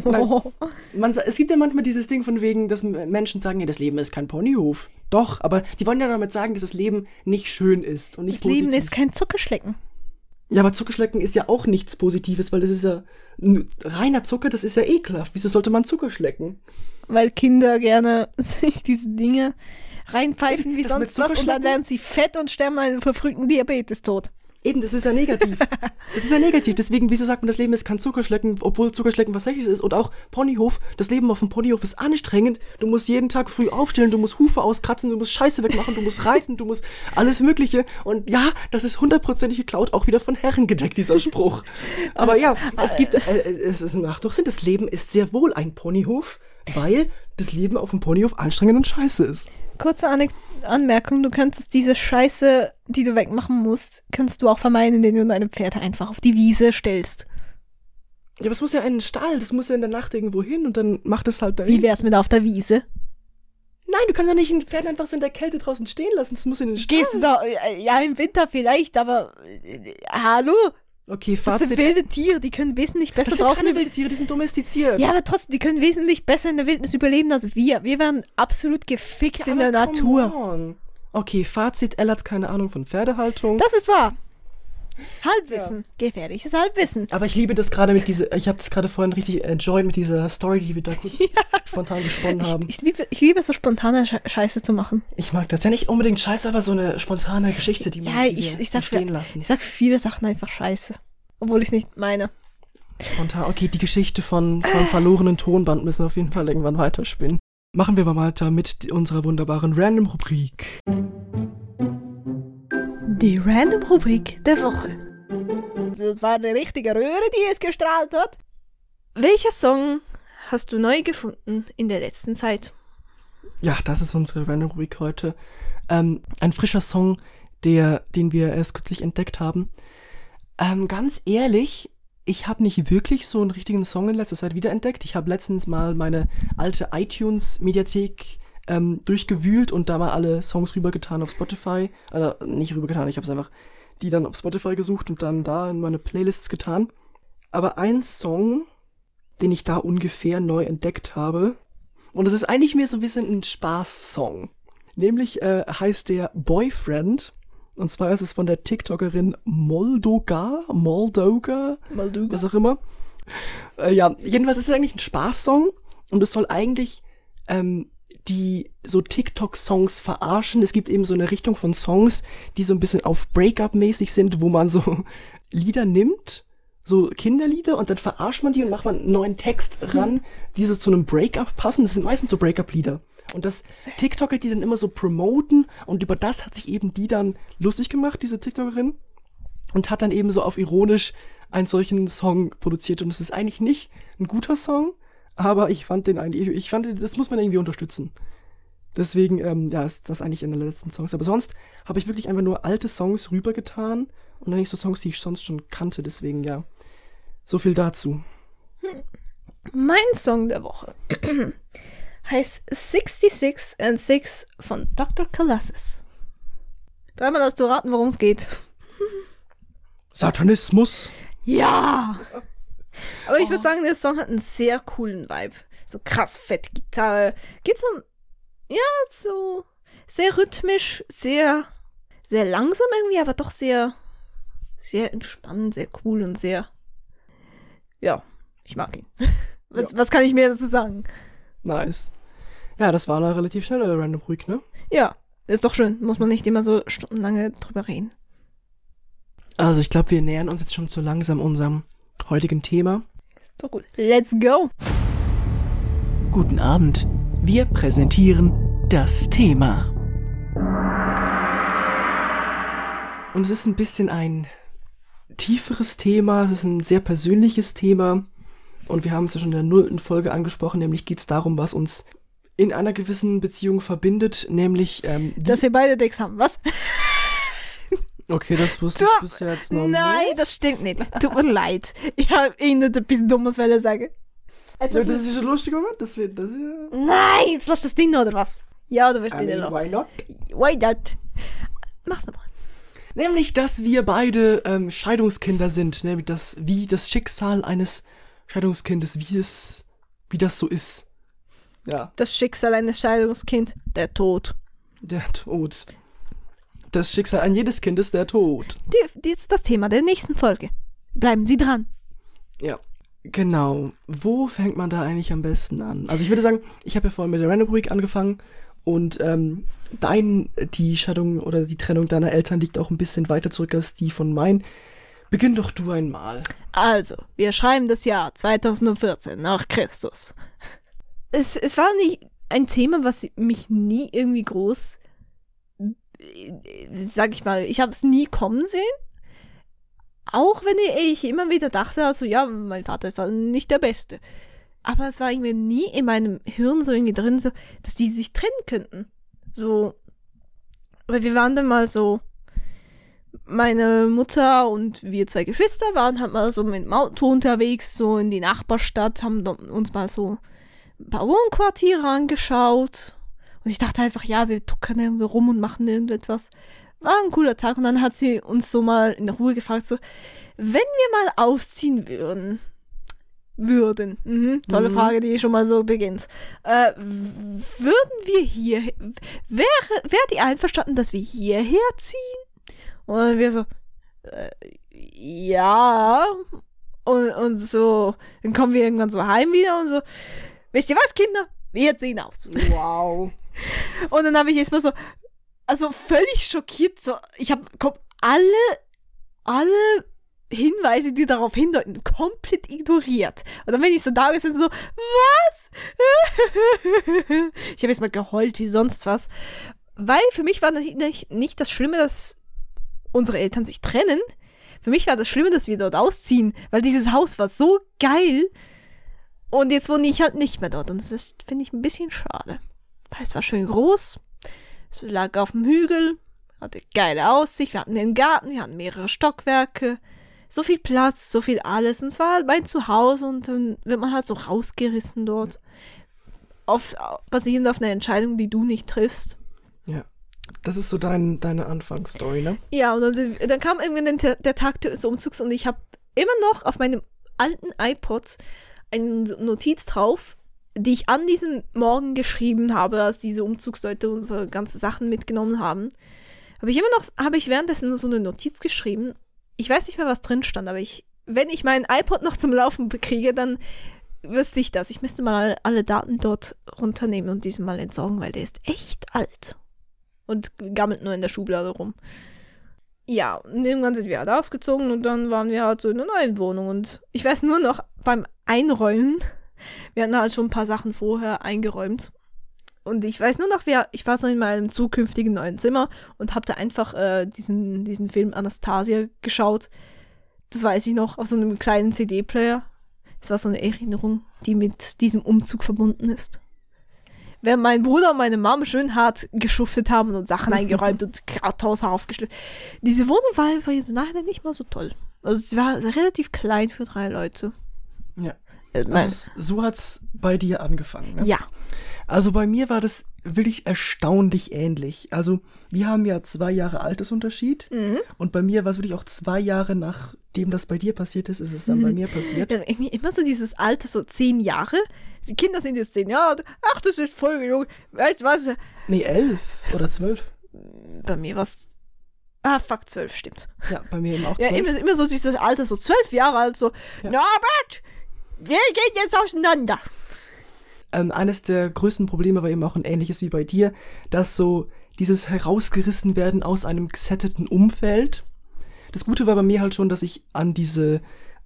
Es gibt ja manchmal dieses Ding von wegen, dass Menschen sagen, ja, das Leben ist kein Ponyhof. Doch, aber die wollen ja damit sagen, dass das Leben nicht schön ist und nicht positiv. Das Leben ist kein Zuckerschlecken. Ja, aber Zuckerschlecken ist ja auch nichts Positives, weil das ist ja reiner Zucker, das ist ja ekelhaft. Wieso sollte man Zucker schlecken? Weil Kinder gerne sich diese Dinge reinpfeifen wie Das mit sonst was und dann werden sie fett und sterben an einem verfrühten Diabetestod. Eben, das ist ja negativ. Das ist ja negativ. Deswegen, wieso sagt man, das Leben ist kein Zuckerschlecken, obwohl Zuckerschlecken was Schlechtes ist? Und auch Ponyhof, das Leben auf dem Ponyhof ist anstrengend. Du musst jeden Tag früh aufstehen, du musst Hufe auskratzen, du musst Scheiße wegmachen, du musst reiten, du musst alles Mögliche. Und ja, das ist 100% geklaut, auch wieder von Herren gedeckt, dieser Spruch. Aber ja, es macht doch Sinn, das Leben ist sehr wohl ein Ponyhof, weil das Leben auf dem Ponyhof anstrengend und scheiße ist. Kurze Anmerkung, du könntest diese Scheiße, die du wegmachen musst, kannst du auch vermeiden, indem du deine Pferde einfach auf die Wiese stellst. Ja, aber es muss ja einen Stall, das muss ja in der Nacht irgendwo hin und dann macht es halt da. Wie wär's mit auf der Wiese? Nein, du kannst doch nicht ein Pferd einfach so in der Kälte draußen stehen lassen, das muss in den Stall. Gehst du da, ja im Winter vielleicht, aber hallo? Okay, Das Fazit. sind wilde Tiere, die können wesentlich besser Das sind draußen... keine wilde Tiere, die sind domestiziert. Ja, aber trotzdem, die können wesentlich besser in der Wildnis überleben als wir. Wir werden absolut gefickt in der Natur. Okay, Fazit, Elle hat keine Ahnung von Pferdehaltung. Das ist wahr. Halbwissen. Gefährliches Halbwissen. Aber ich liebe das gerade ich habe das gerade vorhin richtig enjoyed mit dieser Story, die wir da kurz spontan gesponnen haben. Ich liebe es, so spontane Scheiße zu machen. Ich mag das. Ja, nicht unbedingt Scheiße, aber so eine spontane Geschichte, die man ich sag stehen lassen. Ich sag für viele Sachen einfach Scheiße. Obwohl ich es nicht meine. Spontan. Okay, die Geschichte vom verlorenen Tonband müssen wir auf jeden Fall irgendwann weiterspinnen. Machen wir mal weiter mit unserer wunderbaren Random-Rubrik. Die Random-Rubrik der Woche. Das war eine richtige Röhre, die es gestrahlt hat. Welcher Song hast du neu gefunden in der letzten Zeit? Ja, das ist unsere Random-Rubrik heute. Ein frischer Song, den wir erst kürzlich entdeckt haben. Ganz ehrlich, ich habe nicht wirklich so einen richtigen Song in letzter Zeit wiederentdeckt. Ich habe letztens mal meine alte iTunes-Mediathek durchgewühlt und da mal alle Songs rübergetan auf Spotify. Nicht rübergetan, ich habe es einfach die dann auf Spotify gesucht und dann da in meine Playlists getan. Aber ein Song, den ich da ungefähr neu entdeckt habe, und es ist eigentlich mehr so ein bisschen ein Spaß-Song. Nämlich heißt der Boyfriend. Und zwar ist es von der TikTokerin Moldoga, was auch immer. Ja, jedenfalls ist es eigentlich ein Spaßsong und es soll eigentlich die so TikTok-Songs verarschen. Es gibt eben so eine Richtung von Songs, die so ein bisschen auf Breakup-mäßig sind, wo man so Lieder nimmt, so Kinderlieder, und dann verarscht man die und macht man einen neuen Text ran, die so zu einem Breakup passen. Das sind meistens so Breakup-Lieder. Und das TikToker, die dann immer so promoten, und über das hat sich eben die dann lustig gemacht, diese TikTokerin, und hat dann eben so auf ironisch einen solchen Song produziert. Und es ist eigentlich nicht ein guter Song, aber ich fand, das muss man irgendwie unterstützen. Deswegen, ist das eigentlich einer der letzten Songs. Aber sonst habe ich wirklich einfach nur alte Songs rübergetan und dann nicht so Songs, die ich sonst schon kannte. Deswegen, ja, so viel dazu. Mein Song der Woche heißt 66 and 6 von Dr. Colossus. Dreimal hast du raten, worum es geht. Satanismus. Ja! Aber ich würde sagen, der Song hat einen sehr coolen Vibe. So krass fett Gitarre. Geht so sehr rhythmisch, sehr langsam irgendwie, aber doch sehr entspannend, sehr cool und sehr, ja, ich mag ihn. Was kann ich mehr dazu sagen? Nice. Ja, das war eine relativ schnelle Random Ruhig, ne? Ja, ist doch schön. Muss man nicht immer so stundenlange drüber reden. Also ich glaube, wir nähern uns jetzt schon so langsam unserem heutigen Thema. So gut. Let's go! Guten Abend. Wir präsentieren das Thema. Und es ist ein bisschen ein tieferes Thema, es ist ein sehr persönliches Thema. Und wir haben es ja schon in der 0. Folge angesprochen, nämlich geht es darum, was uns in einer gewissen Beziehung verbindet, nämlich dass wir beide Dicks haben, was? Okay, das wusste ich bis jetzt noch nicht. Nein, das stimmt nicht. Tut mir leid. Ich habe Ihnen ein bisschen dummes sagen. Also, das ist ein lustiger Moment. Nein, jetzt lass das Ding oder was? Ja, du wirst den noch. Why not? Why not? Mach's nochmal. Nämlich, dass wir beide Scheidungskinder sind. Nämlich, wie das Schicksal eines Scheidungskindes, wie das so ist. Ja. Das Schicksal eines Scheidungskind, der Tod. Der Tod. Das Schicksal an jedes Kind ist der Tod. Jetzt das Thema der nächsten Folge. Bleiben Sie dran. Ja, genau. Wo fängt man da eigentlich am besten an? Also ich würde sagen, ich habe ja vorhin mit der Random Week angefangen und die Scheidung oder die Trennung deiner Eltern liegt auch ein bisschen weiter zurück als die von meinen. Beginn doch du einmal. Also, wir schreiben das Jahr 2014 nach Christus. Es war nicht ein Thema, was mich nie irgendwie groß, sag ich mal, ich habe es nie kommen sehen. Auch wenn ich immer wieder dachte, also ja, mein Vater ist halt nicht der Beste. Aber es war irgendwie nie in meinem Hirn so irgendwie drin, so, dass die sich trennen könnten. So, weil wir waren dann mal so, meine Mutter und wir 2 Geschwister waren halt mal so mit dem Auto unterwegs, so in die Nachbarstadt, haben uns mal so ein paar Wohnquartiere angeschaut. Und ich dachte einfach, ja, wir tuckern irgendwie rum und machen irgendetwas. War ein cooler Tag. Und dann hat sie uns so mal in der Ruhe gefragt, so, wenn wir mal ausziehen würden. Tolle Frage, die schon mal so beginnt. Würden wir hier, wäre die einverstanden, dass wir hierher ziehen? Und dann wir so, ja. Und so, dann kommen wir irgendwann so heim wieder und so, wisst ihr was, Kinder? Wir ziehen aus. Wow. Und dann habe ich erstmal so, also völlig schockiert, so, ich habe alle Hinweise, die darauf hindeuten, komplett ignoriert. Und dann bin ich so da gesessen, so, was? Ich habe jetzt mal geheult wie sonst was. Weil für mich war nicht das Schlimme, dass unsere Eltern sich trennen. Für mich war das Schlimme, dass wir dort ausziehen, weil dieses Haus war so geil. Und jetzt wohne ich halt nicht mehr dort. Und das ist, finde ich, ein bisschen schade. Weil es war schön groß. Es lag auf dem Hügel. Hatte geile Aussicht. Wir hatten den Garten. Wir hatten mehrere Stockwerke. So viel Platz, so viel alles. Und es war halt mein Zuhause. Und dann wird man halt so rausgerissen dort. Basierend auf einer Entscheidung, die du nicht triffst. Ja. Das ist so deine Anfangsstory, ne? Ja, und dann kam irgendwann der Tag des Umzugs. Und ich habe immer noch auf meinem alten iPod eine Notiz drauf, die ich an diesem Morgen geschrieben habe, als diese Umzugsleute unsere ganzen Sachen mitgenommen haben. Habe ich währenddessen so eine Notiz geschrieben. Ich weiß nicht mehr, was drin stand, aber ich wenn ich meinen iPod noch zum Laufen kriege, dann wüsste ich das. Ich müsste mal alle Daten dort runternehmen und diesen mal entsorgen, weil der ist echt alt. Und gammelt nur in der Schublade rum. Ja, und irgendwann sind wir halt ausgezogen und dann waren wir halt so in einer neuen Wohnung. Und ich weiß nur noch, beim Einräumen, wir hatten halt schon ein paar Sachen vorher eingeräumt. Und ich weiß nur noch, ich war so in meinem zukünftigen neuen Zimmer und habe da einfach diesen Film Anastasia geschaut. Das weiß ich noch, auf so einem kleinen CD-Player. Es war so eine Erinnerung, die mit diesem Umzug verbunden ist. Während mein Bruder und meine Mom schön hart geschuftet haben und Sachen eingeräumt und Kartons aufgeschlüpft. Diese Wohnung war im Nachhinein nicht mal so toll. Also sie war relativ klein für 3 Leute. Ja. Also so hat's bei dir angefangen, ne? Ja. Also bei mir war das wirklich erstaunlich ähnlich. Also wir haben ja 2 Jahre Altersunterschied und bei mir war es wirklich auch 2 Jahre nachdem das bei dir passiert ist es dann bei mir passiert. Ja, irgendwie immer so dieses Alter, so 10 Jahre. Die Kinder sind jetzt 10 Jahre. Ach, das ist voll jung. Weißt du was? Nee, 11 oder 12. Bei mir war es 12, stimmt. Ja, bei mir eben auch 12. Ja, immer so dieses Alter, so 12 Jahre alt, so, ja. Norbert, wir gehen jetzt auseinander. Eines der größten Probleme war eben auch ein ähnliches wie bei dir, dass so dieses herausgerissen werden aus einem gesetteten Umfeld. Das Gute war bei mir halt schon, dass ich an diese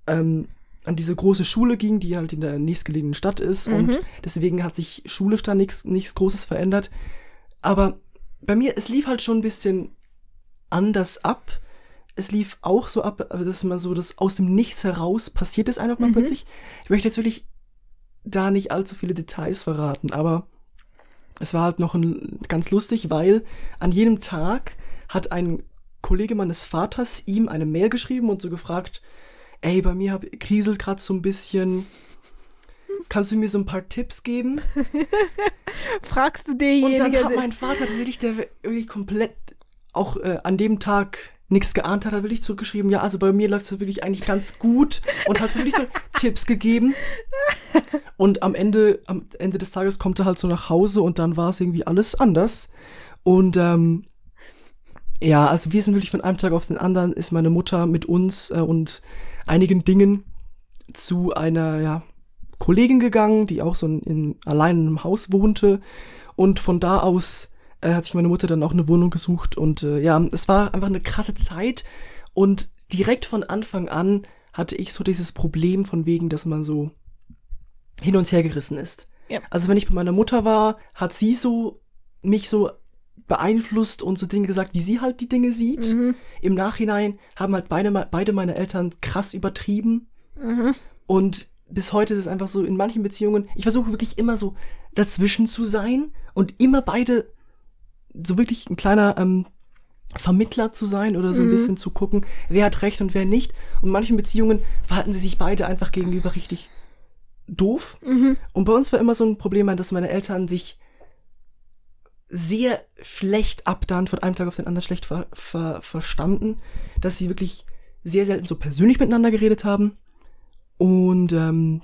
große Schule ging, die halt in der nächstgelegenen Stadt ist und deswegen hat sich schulisch da nichts Großes verändert. Aber bei mir, es lief halt schon ein bisschen anders ab. Es lief auch so ab, dass man so das aus dem Nichts heraus passiert ist einfach mal plötzlich. Ich möchte jetzt wirklich da nicht allzu viele Details verraten, aber es war halt noch ganz lustig, weil an jedem Tag hat ein Kollege meines Vaters ihm eine Mail geschrieben und so gefragt, ey, bei mir kriselt gerade so ein bisschen, kannst du mir so ein paar Tipps geben? Fragst du denjenigen? Und dann hat mein Vater, der wirklich komplett auch an dem Tag nichts geahnt hat wirklich zurückgeschrieben, ja, also bei mir läuft es wirklich eigentlich ganz gut und hat so wirklich so Tipps gegeben. Und am Ende des Tages kommt er halt so nach Hause und dann war es irgendwie alles anders. Und ja, also wir sind wirklich von einem Tag auf den anderen, ist meine Mutter mit uns und einigen Dingen zu einer Kollegin gegangen, die auch so allein in einem Haus wohnte. Und von da aus hat sich meine Mutter dann auch eine Wohnung gesucht. Und es war einfach eine krasse Zeit. Und direkt von Anfang an hatte ich so dieses Problem von wegen, dass man so hin und her gerissen ist. Ja. Also wenn ich bei meiner Mutter war, hat sie mich so beeinflusst und so Dinge gesagt, wie sie halt die Dinge sieht. Im Nachhinein haben halt beide meine Eltern krass übertrieben. Und bis heute ist es einfach so, in manchen Beziehungen, ich versuche wirklich immer so dazwischen zu sein und immer beide so wirklich ein kleiner Vermittler zu sein oder so ein bisschen zu gucken, wer hat recht und wer nicht. Und in manchen Beziehungen verhalten sie sich beide einfach gegenüber richtig doof. Und bei uns war immer so ein Problem, dass meine Eltern sich sehr schlecht dann von einem Tag auf den anderen schlecht verstanden, dass sie wirklich sehr selten so persönlich miteinander geredet haben und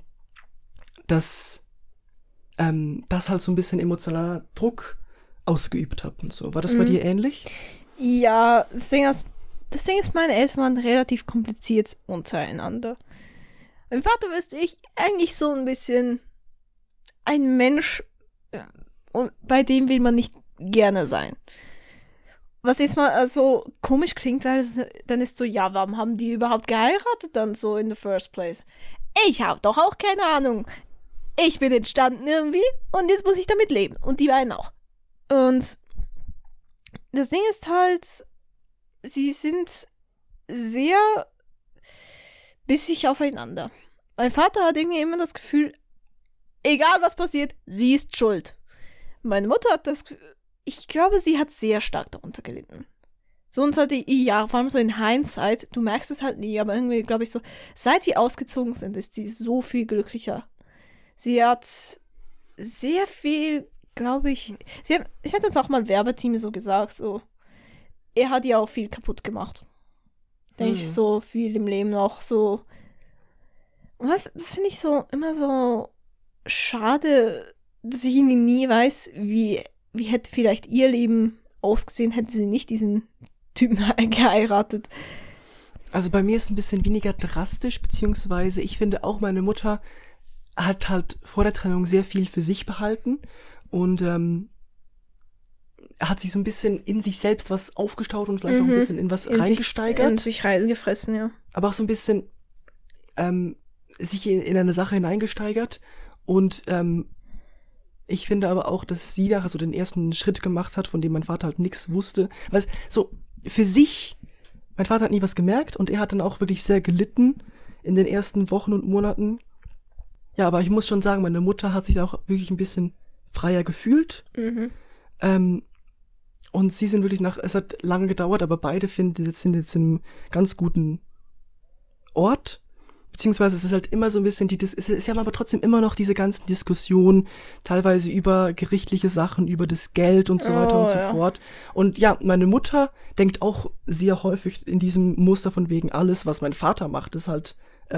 dass das halt so ein bisschen emotionaler Druck ausgeübt hat und so. War das bei dir ähnlich? Ja, das Ding ist, meine Eltern waren relativ kompliziert untereinander. Mein Vater wüsste ich eigentlich so ein bisschen ein Mensch, und bei dem will man nicht gerne sein. Was jetzt mal so komisch klingt, weil dann ist so, ja, warum haben die überhaupt geheiratet dann so in the first place? Ich habe doch auch keine Ahnung. Ich bin entstanden irgendwie und jetzt muss ich damit leben. Und die beiden auch. Und das Ding ist halt, sie sind sehr bissig aufeinander. Mein Vater hat irgendwie immer das Gefühl, egal was passiert, sie ist schuld. Meine Mutter hat das Gefühl, ich glaube, sie hat sehr stark darunter gelitten. Sonst hatte ja, vor allem so in Hindsight, du merkst es halt nie, aber irgendwie glaube ich so, seit wir ausgezogen sind, ist sie so viel glücklicher. Sie hat sehr viel, glaube ich, sie hat uns auch mal im Werbeteam so gesagt, so, er hat ja auch viel kaputt gemacht. Denke ich, so viel im Leben noch so. Das finde ich so immer so schade, dass ich irgendwie nie weiß, wie hätte vielleicht ihr Leben ausgesehen, hätte sie nicht diesen Typen geheiratet. Also bei mir ist es ein bisschen weniger drastisch, beziehungsweise ich finde auch, meine Mutter hat halt vor der Trennung sehr viel für sich behalten und hat sich so ein bisschen in sich selbst was aufgestaut und vielleicht auch ein bisschen in was reingesteigert. In sich reingefressen, ja. Aber auch so ein bisschen sich in eine Sache hineingesteigert. Und ich finde aber auch, dass sie da so den ersten Schritt gemacht hat, von dem mein Vater halt nichts wusste. Weil es so für sich, mein Vater hat nie was gemerkt und er hat dann auch wirklich sehr gelitten in den ersten Wochen und Monaten. Ja, aber ich muss schon sagen, meine Mutter hat sich da auch wirklich ein bisschen freier gefühlt. Und sie sind wirklich es hat lange gedauert, aber beide sind jetzt in einem ganz guten Ort. Beziehungsweise es ist halt immer so ein bisschen es ist ja aber trotzdem immer noch diese ganzen Diskussionen, teilweise über gerichtliche Sachen, über das Geld und so weiter und so fort. Und ja, meine Mutter denkt auch sehr häufig in diesem Muster von wegen alles, was mein Vater macht, ist halt,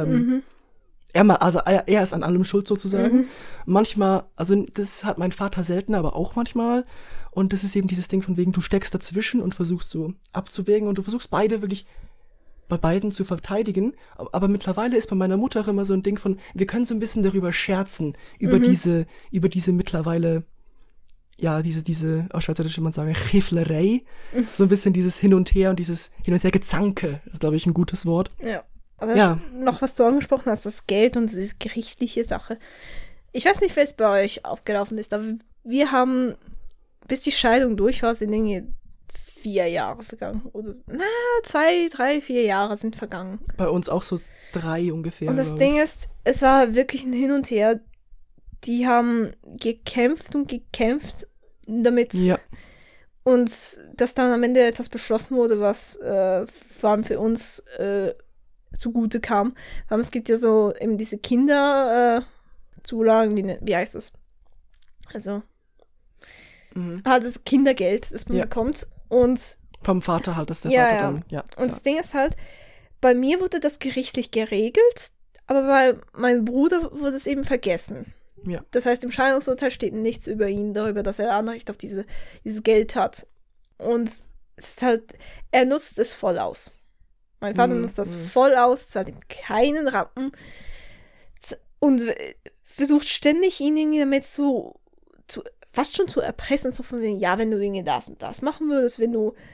er ist an allem schuld sozusagen. Manchmal, also das hat mein Vater selten, aber auch manchmal. Und das ist eben dieses Ding von wegen, du steckst dazwischen und versuchst so abzuwägen und du versuchst beide wirklich bei beiden zu verteidigen. Aber mittlerweile ist bei meiner Mutter auch immer so ein Ding von, wir können so ein bisschen darüber scherzen, über diese mittlerweile, ja, diese, auf Schweizerdeutsch würde man sagen, Chiflerei. So ein bisschen dieses Hin und Her und dieses Hin und Her Gezanke, ist, glaube ich, ein gutes Wort. Ja. Aber noch, was du angesprochen hast, das Geld und diese gerichtliche Sache. Ich weiß nicht, wer es bei euch abgelaufen ist, aber wir haben, bis die Scheidung durch war, sind irgendwie 4 Jahre vergangen. Oder 2, 3, 4 Jahre sind vergangen. Bei uns auch so 3 ungefähr. Und das Ding ist, es war wirklich ein Hin und Her. Die haben gekämpft und gekämpft, damit und dass dann am Ende etwas beschlossen wurde, was vor allem für uns zugute kam. Aber es gibt ja so eben diese Kinderzulagen, wie heißt das? Also das Kindergeld, das man bekommt. Und vom Vater halt, dass der Vater dann, Und das Ding ist halt, bei mir wurde das gerichtlich geregelt, aber bei meinem Bruder wurde es eben vergessen. Ja. Das heißt, im Scheidungsurteil steht nichts über ihn, darüber, dass er Anrecht auf dieses Geld hat. Und es ist halt, er nutzt es voll aus. Mein Vater nutzt das voll aus, zahlt ihm keinen Rappen und versucht ständig ihn irgendwie damit fast schon zu erpressen, so von wegen, ja, wenn du irgendwie das und das machen würdest, wenn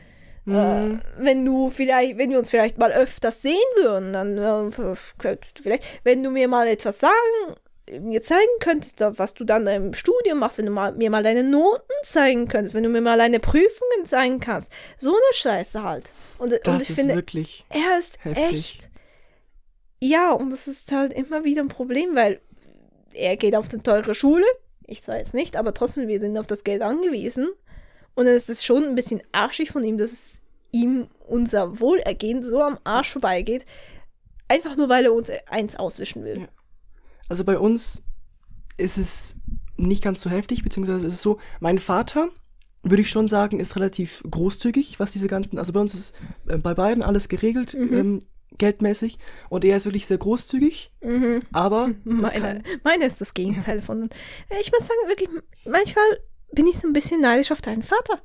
wir uns vielleicht mal öfters sehen würden, dann vielleicht, wenn du mir mal etwas mir zeigen könntest, was du dann im Studium machst, wenn du mir mal deine Noten zeigen könntest, wenn du mir mal deine Prüfungen zeigen kannst. So eine Scheiße halt. Und ich finde, wirklich er ist heftig. Echt. Ja, und das ist halt immer wieder ein Problem, weil er geht auf eine teure Schule, ich zwar jetzt nicht, aber trotzdem, wir sind auf das Geld angewiesen. Und dann ist es schon ein bisschen arschig von ihm, dass es ihm unser Wohlergehen so am Arsch vorbeigeht, einfach nur, weil er uns eins auswischen will. Ja. Also bei uns ist es nicht ganz so heftig, beziehungsweise ist es so, mein Vater, würde ich schon sagen, ist relativ großzügig, was diese ganzen, also bei uns ist bei beiden alles geregelt, geldmäßig, und er ist wirklich sehr großzügig, aber meine ist das Gegenteil von, ich muss sagen, wirklich, manchmal bin ich so ein bisschen neidisch auf deinen Vater.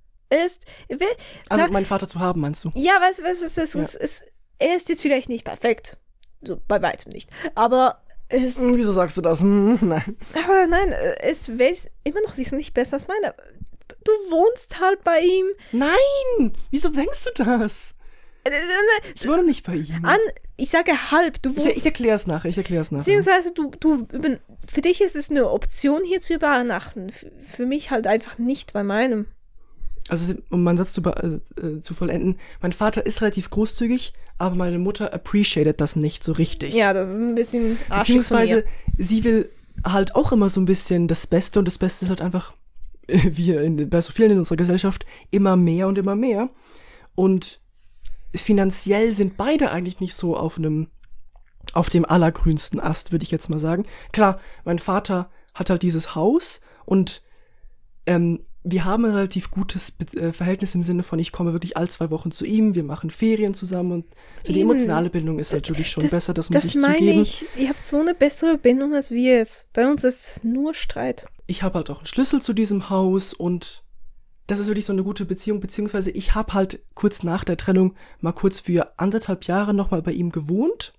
Also meinen Vater zu haben, meinst du? Ja, weißt du, er ist jetzt vielleicht nicht perfekt, so bei weitem nicht, aber wieso sagst du das? Nein. Aber nein, es wäre immer noch wesentlich besser als meiner. Du wohnst halt bei ihm. Nein! Wieso denkst du das? Ich wohne nicht bei ihm. Ich sage halb. Du wohnst, ich erklär's nachher. Beziehungsweise für dich ist es eine Option, hier zu übernachten. Für mich halt einfach nicht bei meinem. Also, um meinen Satz zu vollenden, mein Vater ist relativ großzügig, aber meine Mutter appreciated das nicht so richtig. Ja, das ist ein bisschen arschig. Beziehungsweise, sie will halt auch immer so ein bisschen das Beste, und das Beste ist halt einfach, bei so vielen in unserer Gesellschaft, immer mehr und immer mehr. Und finanziell sind beide eigentlich nicht so auf dem allergrünsten Ast, würde ich jetzt mal sagen. Klar, mein Vater hat halt dieses Haus und wir haben ein relativ gutes Verhältnis im Sinne von, ich komme wirklich alle 2 Wochen zu ihm, wir machen Ferien zusammen und so die emotionale Bindung ist halt wirklich schon besser, das muss ich zugeben. Das meine ich, ihr habt so eine bessere Bindung als wir jetzt. Bei uns ist es nur Streit. Ich habe halt auch einen Schlüssel zu diesem Haus und das ist wirklich so eine gute Beziehung, beziehungsweise ich habe halt kurz nach der Trennung mal kurz für 1,5 Jahre nochmal bei ihm gewohnt.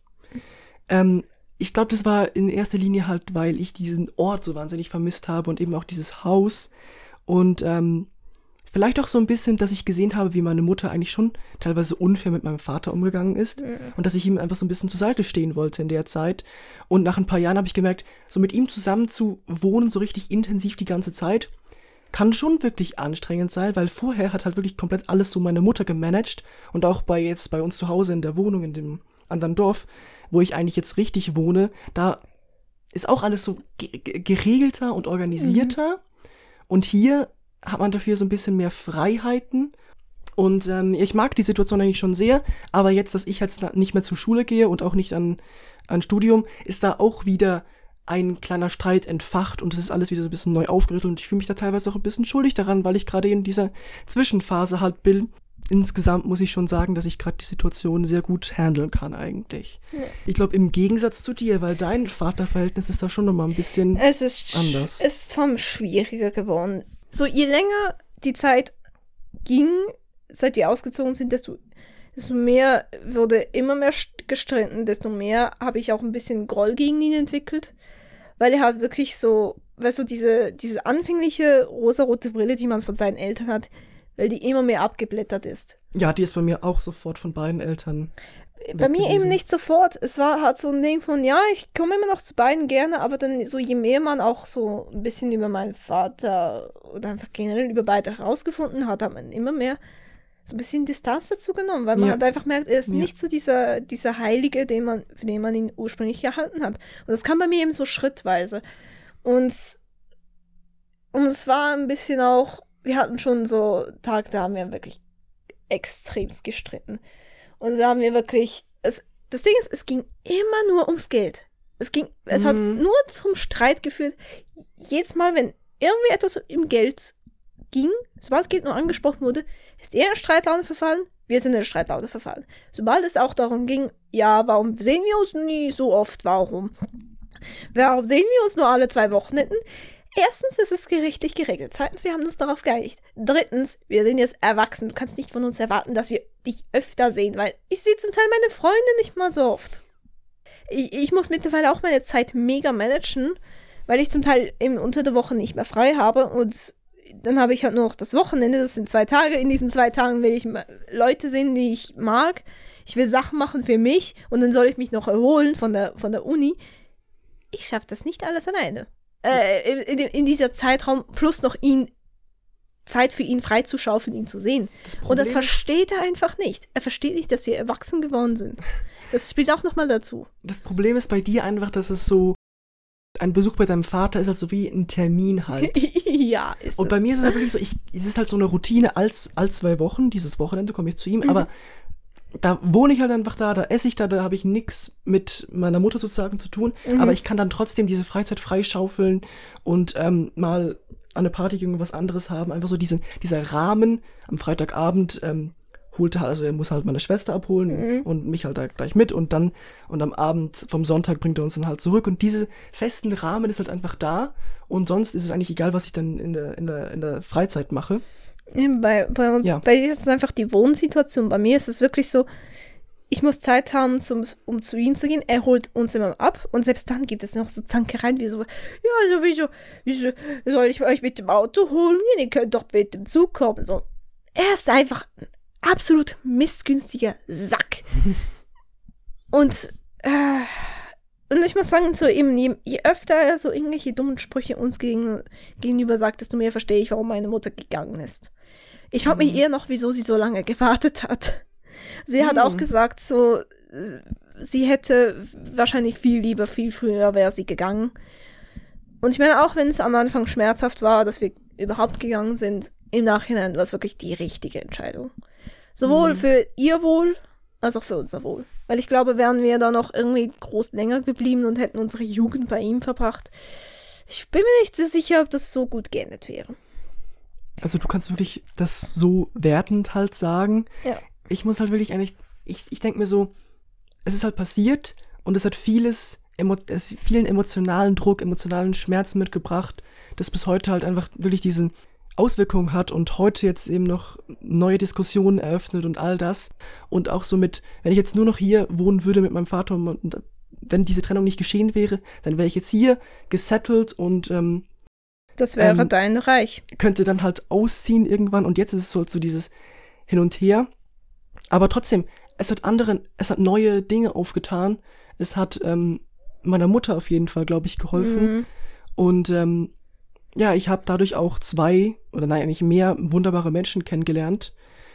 Ich glaube, das war in erster Linie halt, weil ich diesen Ort so wahnsinnig vermisst habe und eben auch dieses Haus. Und vielleicht auch so ein bisschen, dass ich gesehen habe, wie meine Mutter eigentlich schon teilweise unfair mit meinem Vater umgegangen ist. Und dass ich ihm einfach so ein bisschen zur Seite stehen wollte in der Zeit. Und nach ein paar Jahren habe ich gemerkt, so mit ihm zusammen zu wohnen, so richtig intensiv die ganze Zeit, kann schon wirklich anstrengend sein, weil vorher hat halt wirklich komplett alles so meine Mutter gemanagt. Und auch bei uns zu Hause in der Wohnung, in dem anderen Dorf, wo ich eigentlich jetzt richtig wohne, da ist auch alles so geregelter und organisierter. Und hier hat man dafür so ein bisschen mehr Freiheiten. Und ich mag die Situation eigentlich schon sehr, aber jetzt, dass ich jetzt nicht mehr zur Schule gehe und auch nicht an Studium, ist da auch wieder ein kleiner Streit entfacht und es ist alles wieder so ein bisschen neu aufgerüttelt und ich fühle mich da teilweise auch ein bisschen schuldig daran, weil ich gerade in dieser Zwischenphase halt bin. Insgesamt muss ich schon sagen, dass ich gerade die Situation sehr gut handeln kann eigentlich. Ja. Ich glaube, im Gegensatz zu dir, weil dein Vaterverhältnis ist da schon nochmal ein bisschen anders. Es ist schwieriger geworden. So, je länger die Zeit ging, seit wir ausgezogen sind, desto mehr wurde immer mehr gestritten, desto mehr habe ich auch ein bisschen Groll gegen ihn entwickelt, weil er halt wirklich so, weißt du, diese anfängliche rosarote Brille, die man von seinen Eltern hat, weil die immer mehr abgeblättert ist. Ja, die ist bei mir auch sofort von beiden Eltern. Bei mir eben nicht sofort. Es war halt so ein Ding von, ja, ich komme immer noch zu beiden gerne, aber dann so, je mehr man auch so ein bisschen über meinen Vater oder einfach generell über beide herausgefunden hat, hat man immer mehr so ein bisschen Distanz dazu genommen, weil man halt einfach merkt, er ist nicht so dieser Heilige, für den man ihn ursprünglich gehalten hat. Und das kam bei mir eben so schrittweise. Und es war ein bisschen auch, wir hatten schon so Tage, da haben wir wirklich extremst gestritten. Und da haben wir wirklich, das Ding ist, es ging immer nur ums Geld. Es hat nur zum Streit geführt. Jedes Mal, wenn irgendwie etwas im Geld ging, sobald Geld nur angesprochen wurde, ist er in Streitlaune verfallen, wir sind in Streitlaune verfallen. Sobald es auch darum ging, ja, warum sehen wir uns nie so oft, warum sehen wir uns nur alle 2 Wochenenden? Erstens ist es gerichtlich geregelt. Zweitens, wir haben uns darauf geeinigt. Drittens, wir sind jetzt erwachsen. Du kannst nicht von uns erwarten, dass wir dich öfter sehen, weil ich sehe zum Teil meine Freunde nicht mal so oft. Ich muss mittlerweile auch meine Zeit mega managen, weil ich zum Teil eben unter der Woche nicht mehr frei habe und dann habe ich halt nur noch das Wochenende, das sind 2 Tage. In diesen 2 Tagen will ich Leute sehen, die ich mag. Ich will Sachen machen für mich und dann soll ich mich noch erholen von der Uni. Ich schaffe das nicht alles alleine. In dieser Zeitraum plus noch Zeit für ihn freizuschaufeln, ihn zu sehen. Und das versteht er einfach nicht. Er versteht nicht, dass wir erwachsen geworden sind. Das spielt auch nochmal dazu. Das Problem ist bei dir einfach, dass es so, ein Besuch bei deinem Vater ist halt so wie ein Termin halt. Ja, ist Und bei mir ist es halt wirklich so, es ist halt so eine Routine, als 2 Wochen, dieses Wochenende komme ich zu ihm, aber da wohne ich halt einfach da esse ich da habe ich nichts mit meiner Mutter sozusagen zu tun, aber ich kann dann trotzdem diese Freizeit freischaufeln und mal an der Party irgendwas anderes haben, einfach so dieser Rahmen. Am Freitagabend er muss halt meine Schwester abholen und mich halt da gleich mit und am Abend vom Sonntag bringt er uns dann halt zurück und diese festen Rahmen ist halt einfach da und sonst ist es eigentlich egal, was ich dann in der Freizeit mache. Bei uns, bei dir ist es einfach die Wohnsituation. Bei mir ist es wirklich so, ich muss Zeit haben, um zu ihm zu gehen. Er holt uns immer ab und selbst dann gibt es noch so Zankereien wie so, ja, also wieso soll ich euch mit dem Auto holen? Ihr könnt doch mit dem Zug kommen. So. Er ist einfach ein absolut missgünstiger Sack. Und ich muss sagen, so eben, je öfter er so irgendwelche dummen Sprüche uns gegenüber sagt, desto mehr verstehe ich, warum meine Mutter gegangen ist. Ich frage mich eher noch, wieso sie so lange gewartet hat. Sie hat auch gesagt, so, sie hätte wahrscheinlich viel früher wäre sie gegangen. Und ich meine, auch wenn es am Anfang schmerzhaft war, dass wir überhaupt gegangen sind, im Nachhinein war es wirklich die richtige Entscheidung. Sowohl für ihr Wohl, als auch für unser Wohl. Weil ich glaube, wären wir da noch irgendwie groß länger geblieben und hätten unsere Jugend bei ihm verbracht, ich bin mir nicht so sicher, ob das so gut geendet wäre. Also du kannst wirklich das so wertend halt sagen. Ja. Ich muss halt wirklich ich denke mir so, es ist halt passiert und es hat vielen emotionalen Druck, emotionalen Schmerz mitgebracht, das bis heute halt einfach wirklich Auswirkungen hat und heute jetzt eben noch neue Diskussionen eröffnet und all das. Und auch so mit, wenn ich jetzt nur noch hier wohnen würde mit meinem Vater und wenn diese Trennung nicht geschehen wäre, dann wäre ich jetzt hier gesettelt und das wäre dein Reich. Könnte dann halt ausziehen irgendwann und jetzt ist es halt so dieses Hin und Her. Aber trotzdem, es hat neue Dinge aufgetan. Es hat meiner Mutter auf jeden Fall, glaube ich, geholfen. Und ja, ich habe dadurch auch eigentlich mehr wunderbare Menschen kennengelernt,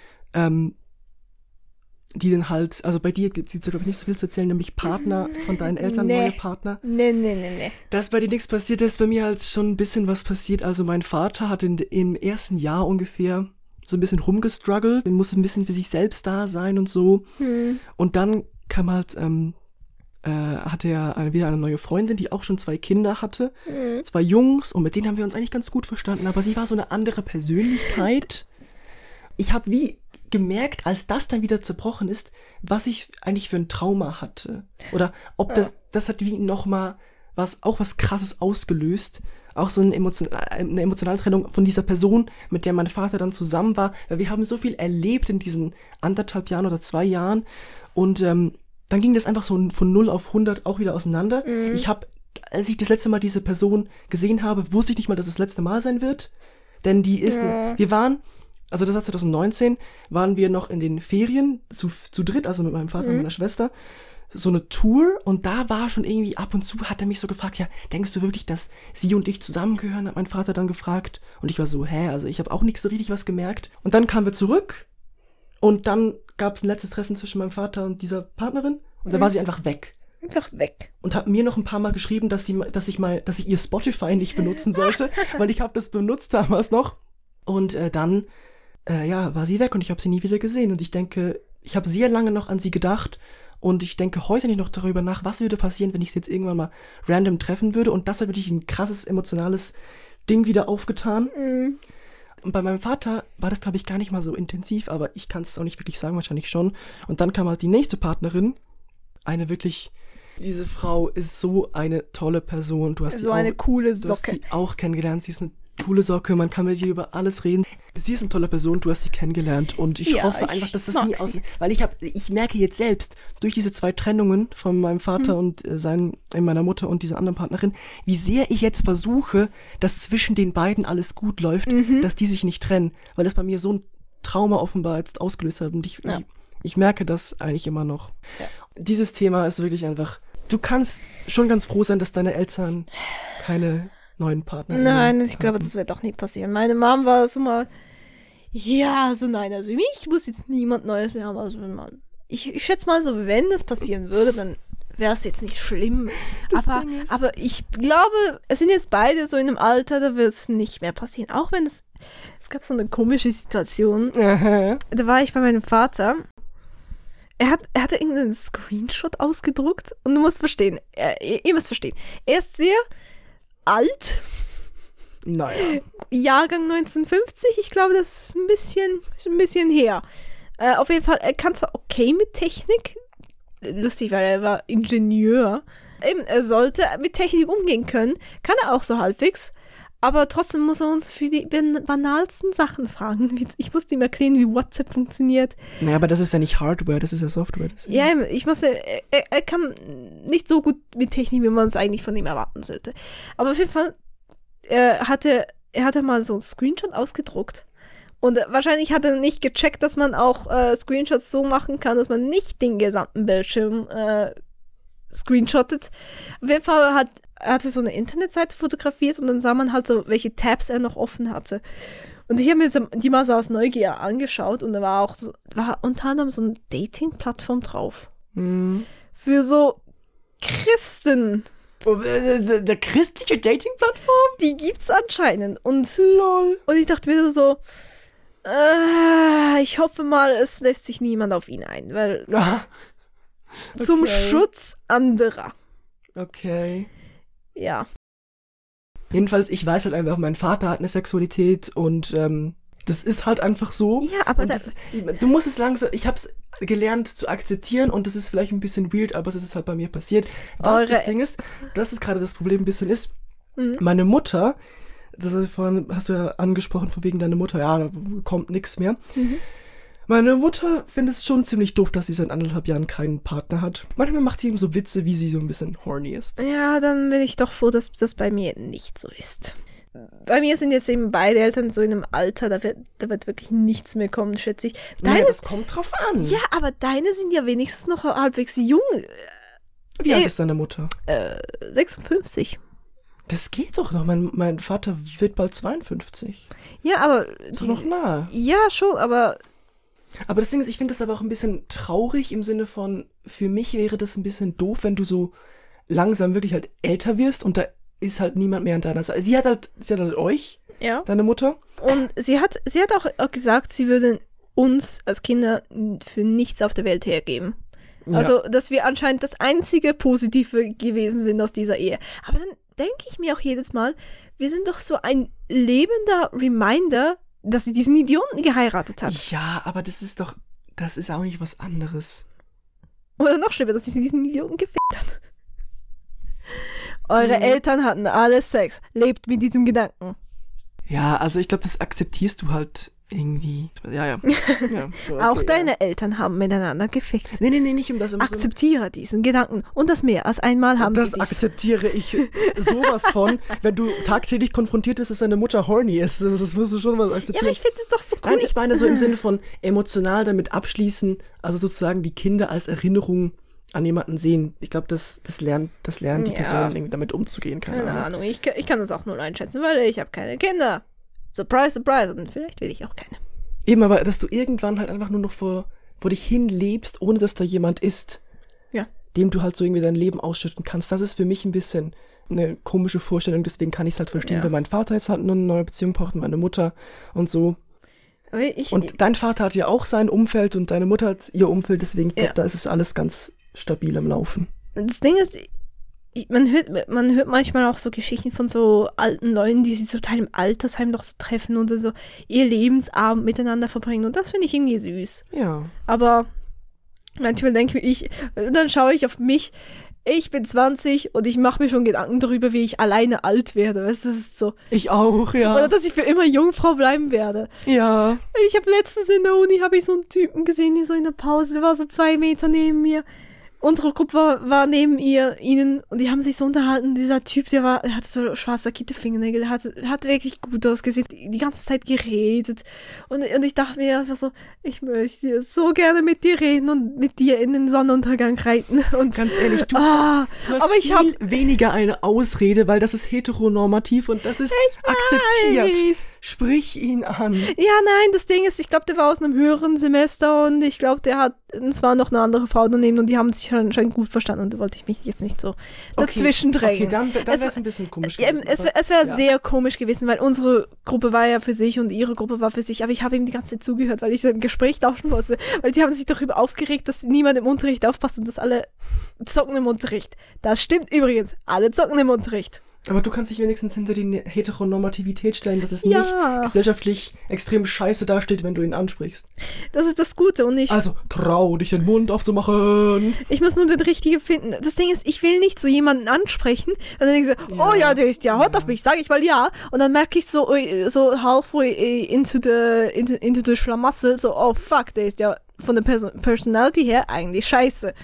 die dann halt, also bei dir gibt es, glaube ich, nicht so viel zu erzählen, nämlich Partner von deinen Eltern, neue Partner. Nee. Dass bei dir nichts passiert ist, bei mir halt schon ein bisschen was passiert. Also mein Vater hat im ersten Jahr ungefähr so ein bisschen rumgestruggelt, musste ein bisschen für sich selbst da sein und so. Und dann kam halt, hatte er wieder eine neue Freundin, die auch schon 2 Kinder hatte, 2 Jungs, und mit denen haben wir uns eigentlich ganz gut verstanden, aber sie war so eine andere Persönlichkeit. Ich habe wie gemerkt, als das dann wieder zerbrochen ist, was ich eigentlich für ein Trauma hatte. Oder ob das hat wie nochmal was Krasses ausgelöst. Auch so eine emotionale Trennung von dieser Person, mit der mein Vater dann zusammen war. Weil wir haben so viel erlebt in diesen 1,5 Jahren oder 2 Jahren. Und dann ging das einfach so von 0 auf 100 auch wieder auseinander. Als ich das letzte Mal diese Person gesehen habe, wusste ich nicht mal, dass es das letzte Mal sein wird. Denn wir waren, also das war 2019, waren wir noch in den Ferien zu dritt, also mit meinem Vater und meiner Schwester, so eine Tour, und da war schon irgendwie ab und zu, hat er mich so gefragt, ja, denkst du wirklich, dass sie und ich zusammengehören, hat mein Vater dann gefragt. Und ich war so, also ich habe auch nicht so richtig was gemerkt. Und dann kamen wir zurück und dann gab es ein letztes Treffen zwischen meinem Vater und dieser Partnerin und da war sie einfach weg. Einfach weg. Und hat mir noch ein paar Mal geschrieben, dass ich ihr Spotify nicht benutzen sollte, weil ich habe das benutzt damals noch. Und dann war sie weg und ich habe sie nie wieder gesehen. Und ich denke, ich habe sehr lange noch an sie gedacht und ich denke heute nicht noch darüber nach, was würde passieren, wenn ich sie jetzt irgendwann mal random treffen würde. Und das hat wirklich ein krasses emotionales Ding wieder aufgetan. Und bei meinem Vater war das, glaube ich, gar nicht mal so intensiv, aber ich kann es auch nicht wirklich sagen, wahrscheinlich schon. Und dann kam halt die nächste Partnerin, diese Frau ist so eine tolle Person. Du hast so eine coole Socke. Du hast sie auch kennengelernt, sie ist eine coole Socke, man kann mit ihr über alles reden. Sie ist eine tolle Person, du hast sie kennengelernt und ich hoffe einfach, dass das nie weil ich merke jetzt selbst, durch diese 2 Trennungen von meinem Vater und meiner Mutter und dieser anderen Partnerin, wie sehr ich jetzt versuche, dass zwischen den beiden alles gut läuft, dass die sich nicht trennen, weil das bei mir so ein Trauma offenbar jetzt ausgelöst hat und ich merke das eigentlich immer noch. Ja. Dieses Thema ist wirklich einfach, du kannst schon ganz froh sein, dass deine Eltern keine neuen Partner haben. Nein, ich glaube, das wird auch nie passieren. Meine Mom war so mal, nein, also ich muss jetzt niemand Neues mehr haben. Also ich schätze mal so, wenn das passieren würde, dann wäre es jetzt nicht schlimm. Aber ich glaube, es sind jetzt beide so in einem Alter, da wird es nicht mehr passieren. Auch wenn es gab so eine komische Situation. Da war ich bei meinem Vater. Er hatte irgendeinen Screenshot ausgedruckt und du musst verstehen, ihr müsst verstehen, er ist sehr alt. Naja. Jahrgang 1950, ich glaube, das ist ein bisschen her. Auf jeden Fall, er kann zwar okay mit Technik, lustig, weil er war Ingenieur. Eben, er sollte mit Technik umgehen können, kann er auch so halbwegs, aber trotzdem muss er uns für die banalsten Sachen fragen. Ich musste ihm erklären, wie WhatsApp funktioniert. Naja, aber das ist ja nicht Hardware, das ist ja Software. Er kann nicht so gut mit Technik, wie man es eigentlich von ihm erwarten sollte. Aber auf jeden Fall, er hatte mal so einen Screenshot ausgedruckt. Und wahrscheinlich hat er nicht gecheckt, dass man auch Screenshots so machen kann, dass man nicht den gesamten Bildschirm screenshottet. Auf jeden Fall er hatte so eine Internetseite fotografiert und dann sah man halt so, welche Tabs er noch offen hatte. Und ich habe mir die mal so aus Neugier angeschaut und da war unter anderem so eine Dating-Plattform drauf. Für so Christen. Der christliche Dating-Plattform? Die gibt's anscheinend. Und lol. Und ich dachte mir so, ich hoffe mal, es lässt sich niemand auf ihn ein, weil zum Schutz anderer. Okay. Ja. Jedenfalls, ich weiß halt einfach, mein Vater hat eine Sexualität und das ist halt einfach so. Ja, aber du musst es langsam, ich hab's gelernt zu akzeptieren und das ist vielleicht ein bisschen weird, aber es ist halt bei mir passiert. Das Ding ist, das ist gerade das Problem ein bisschen ist, meine Mutter vorhin hast du ja angesprochen, von wegen deiner Mutter, ja, da kommt nichts mehr. Meine Mutter findet es schon ziemlich doof, dass sie seit 1,5 Jahren keinen Partner hat. Manchmal macht sie ihm so Witze, wie sie so ein bisschen horny ist. Ja, dann bin ich doch froh, dass das bei mir nicht so ist. Bei mir sind jetzt eben beide Eltern so in einem Alter, da wird wirklich nichts mehr kommen, schätze ich. Naja, das kommt drauf an. Ja, aber deine sind ja wenigstens noch halbwegs jung. Wie alt ist deine Mutter? 56. Das geht doch noch. Mein Vater wird bald 52. Ja, aber... Ist doch noch nah. Ja, schon, aber... Aber das Ding ist, ich finde das aber auch ein bisschen traurig im Sinne von, für mich wäre das ein bisschen doof, wenn du so langsam wirklich halt älter wirst und da ist halt niemand mehr an deiner Seite. Sie hat halt euch, ja, deine Mutter. Und sie hat auch gesagt, sie würde uns als Kinder für nichts auf der Welt hergeben. Ja. Also, dass wir anscheinend das einzige Positive gewesen sind aus dieser Ehe. Aber dann denke ich mir auch jedes Mal, wir sind doch so ein lebender Reminder, dass sie diesen Idioten geheiratet hat. Ja, aber das ist auch nicht was anderes. Oder noch schlimmer, dass sie diesen Idioten gefickt hat. Eure Eltern hatten alle Sex. Lebt mit diesem Gedanken. Ja, also ich glaube, das akzeptierst du halt irgendwie. Ja. Okay, auch deine Eltern haben miteinander gefickt. Nee, nicht um das. Akzeptiere diesen Gedanken. Und das mehr als einmal haben das sie dies. Das akzeptiere ich sowas von, wenn du tagtäglich konfrontiert bist, dass deine Mutter horny ist. Das musst du schon mal akzeptieren. Ja, aber ich finde es doch so cool. Nein, ich meine so im Sinne von emotional damit abschließen, also sozusagen die Kinder als Erinnerung an jemanden sehen. Ich glaube, das lernt die Person irgendwie damit umzugehen. Keine Ahnung. Ich kann das auch nur einschätzen, weil ich habe keine Kinder. Surprise, surprise. Und vielleicht will ich auch keine. Eben, aber dass du irgendwann halt einfach nur noch vor dich hin lebst, ohne dass da jemand ist, dem du halt so irgendwie dein Leben ausschütten kannst. Das ist für mich ein bisschen eine komische Vorstellung. Deswegen kann ich es halt verstehen, wenn mein Vater jetzt halt eine neue Beziehung braucht und meine Mutter und so. Und dein Vater hat ja auch sein Umfeld und deine Mutter hat ihr Umfeld. Deswegen, ich glaube, da ist es alles ganz stabil am Laufen. Das Ding ist, man hört manchmal auch so Geschichten von so alten Leuten, die sich zum Teil im Altersheim noch so treffen und so ihr Lebensabend miteinander verbringen. Und das finde ich irgendwie süß. Ja. Aber manchmal denke ich, dann schaue ich auf mich, ich bin 20 und ich mache mir schon Gedanken darüber, wie ich alleine alt werde. Weißt du, das ist so. Ich auch, ja. Oder dass ich für immer Jungfrau bleiben werde. Ja. Ich habe letztens in der Uni so einen Typen gesehen, der so in der Pause, der war so 2 Meter neben mir. Unsere Gruppe war neben ihnen und die haben sich so unterhalten. Dieser Typ, der hatte so schwarze Fingernägel, hat wirklich gut ausgesehen, die ganze Zeit geredet. Und ich dachte mir einfach so, ich möchte so gerne mit dir reden und mit dir in den Sonnenuntergang reiten. Und ganz ehrlich, du hast aber viel weniger eine Ausrede, weil das ist heteronormativ und das ist akzeptiert. Sprich ihn an. Ja, nein, das Ding ist, ich glaube, der war aus einem höheren Semester und ich glaube, es war noch eine andere Frau daneben und die haben sich anscheinend gut verstanden und da wollte ich mich jetzt nicht so dazwischen drängen. Okay, dann wäre es ein bisschen komisch gewesen. Es wäre sehr komisch gewesen, weil unsere Gruppe war ja für sich und ihre Gruppe war für sich, aber ich habe ihm die ganze Zeit zugehört, weil ich so im Gespräch lauschen musste, weil die haben sich darüber aufgeregt, dass niemand im Unterricht aufpasst und dass alle zocken im Unterricht. Das stimmt übrigens, alle zocken im Unterricht. Aber du kannst dich wenigstens hinter die Heteronormativität stellen, dass es nicht gesellschaftlich extrem scheiße dasteht, wenn du ihn ansprichst. Das ist das Gute und also trau dich den Mund aufzumachen. Ich muss nur den Richtigen finden. Das Ding ist, ich will nicht so jemanden ansprechen und dann denke ich so, oh ja, der ist ja hot auf mich, sage ich mal ja. Und dann merke ich so halfway into the Schlamassel, so, oh fuck, der ist ja von der Personality her eigentlich scheiße.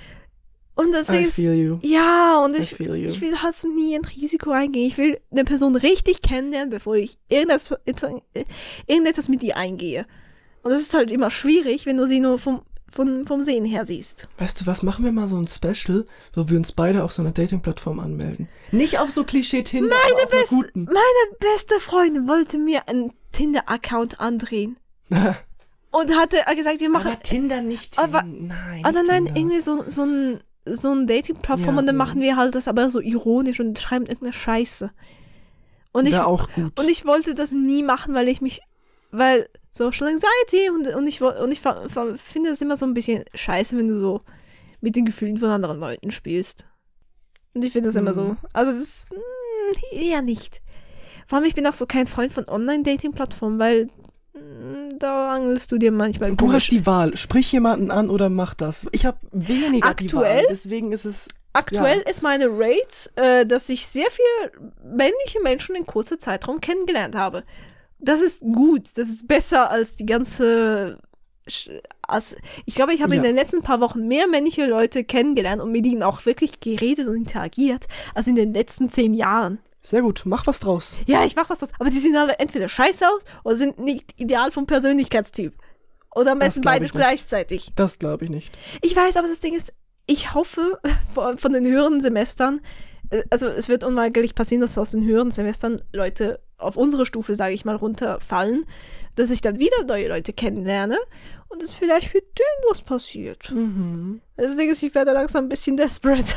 Und das ist, ja, und ich will halt nie ein Risiko eingehen. Ich will eine Person richtig kennenlernen, bevor ich irgendetwas mit ihr eingehe. Und das ist halt immer schwierig, wenn du sie nur vom Sehen her siehst. Weißt du was, machen wir mal so ein Special, wo wir uns beide auf so einer Dating-Plattform anmelden. Nicht auf so Klischee-Tinder, aber auf einer guten. Meine beste Freundin wollte mir einen Tinder-Account andrehen. Und hatte gesagt, wir machen... Aber Tinder nicht. Nein. Oder nein, irgendwie so ein Dating-Plattform und dann machen wir halt das aber so ironisch und schreiben irgendeine Scheiße. Und auch gut. Und ich wollte das nie machen, weil Social Anxiety und ich finde das immer so ein bisschen scheiße, wenn du so mit den Gefühlen von anderen Leuten spielst. Und ich finde das immer so, also das eher nicht. Vor allem, ich bin auch so kein Freund von Online-Dating-Plattformen, weil da angelst du dir manchmal. Du hast die Wahl. Sprich jemanden an oder mach das. Ich habe weniger die Wahl. Deswegen ist es Aktuell Ja. ist meine Rate, dass ich sehr viele männliche Menschen in kurzer Zeitraum kennengelernt habe. Das ist gut. Das ist besser als die ganze... Ich glaube, ich habe in Ja. den letzten paar Wochen mehr männliche Leute kennengelernt und mit ihnen auch wirklich geredet und interagiert, als in den letzten 10 Jahren. Sehr gut, mach was draus. Ja, ich mach was draus. Aber die sehen alle entweder scheiße aus oder sind nicht ideal vom Persönlichkeitstyp. Oder am Das besten glaub ich beides nicht. gleichzeitig. Das glaube ich nicht. Ich weiß, aber das Ding ist, ich hoffe von den höheren Semestern, also es wird unweigerlich passieren, dass aus den höheren Semestern Leute auf unsere Stufe, sage ich mal, runterfallen, dass ich dann wieder neue Leute kennenlerne und es vielleicht mit denen was passiert. Mhm. Das Ding ist, ich werde langsam ein bisschen desperate.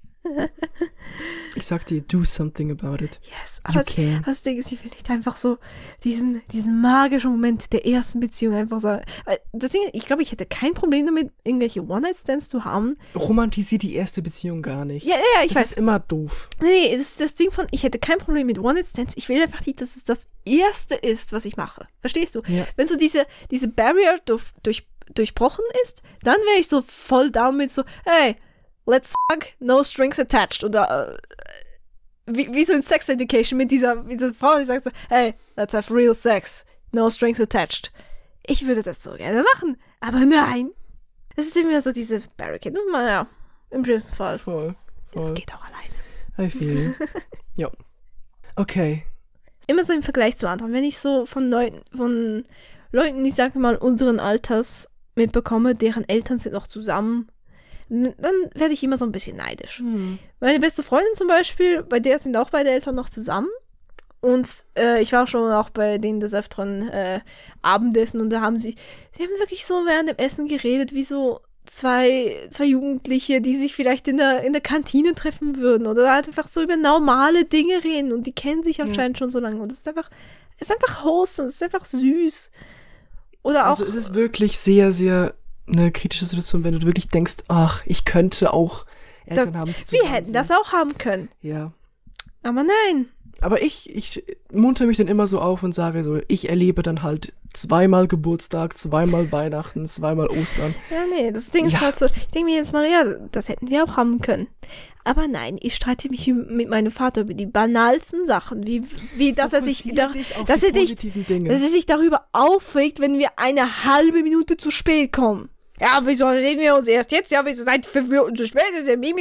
Ich sag dir, do something about it. Yes, You aber can. das Ding ist, ich will nicht einfach so diesen magischen Moment der ersten Beziehung einfach sagen. Weil das Ding ist, ich glaube, ich hätte kein Problem damit, irgendwelche One-Night-Stands zu haben. Romantisier die erste Beziehung gar nicht. Ja, ich das weiß. ist immer doof. Nee, das ist das Ding von, ich hätte kein Problem mit One-Night-Stands. Ich will einfach nicht, dass es das Erste ist, was ich mache. Verstehst du? Ja. Wenn so diese Barrier durchbrochen ist, dann wäre ich so voll down mit so, hey, let's fuck, no strings attached. Oder wie so in Sex Education mit dieser Frau, die sagt so, hey, let's have real sex, no strings attached. Ich würde das so gerne machen, aber nein. Es ist immer so diese Barricade. Und naja, im schlimmsten Fall. Voll. Es geht auch alleine. I feel you. Ja. Okay. Immer so im Vergleich zu anderen. Wenn ich so von Leuten, ich sage mal, unseren Alters mitbekomme, deren Eltern sind noch zusammen, dann werde ich immer so ein bisschen neidisch. Meine beste Freundin zum Beispiel, bei der sind auch beide Eltern noch zusammen. Und ich war schon auch bei denen des Öfteren Abendessen und da haben sie haben wirklich so während dem Essen geredet, wie so zwei Jugendliche, die sich vielleicht in der Kantine treffen würden oder halt einfach so über normale Dinge reden und die kennen sich anscheinend schon so lange und es ist einfach wholesome, es ist einfach süß. Oder auch... Also es ist wirklich sehr, sehr eine kritische Situation, wenn du wirklich denkst, ach, ich könnte auch Eltern haben, die zusammen wir hätten sind. das auch haben können. Ja. Aber nein. Aber ich munter mich dann immer so auf und sage so, ich erlebe dann halt 2-mal Geburtstag, 2-mal Weihnachten, 2-mal Ostern. Ja, nee, das Ding ist halt so, ich denke mir jetzt mal, ja, das hätten wir auch haben können. Aber nein, ich streite mich mit meinem Vater über die banalsten Sachen, wie dass er sich dass er sich darüber aufregt, wenn wir eine halbe Minute zu spät kommen. Ja, wieso sehen wir uns erst jetzt? Ja, wieso seid 5 Minuten zu spät?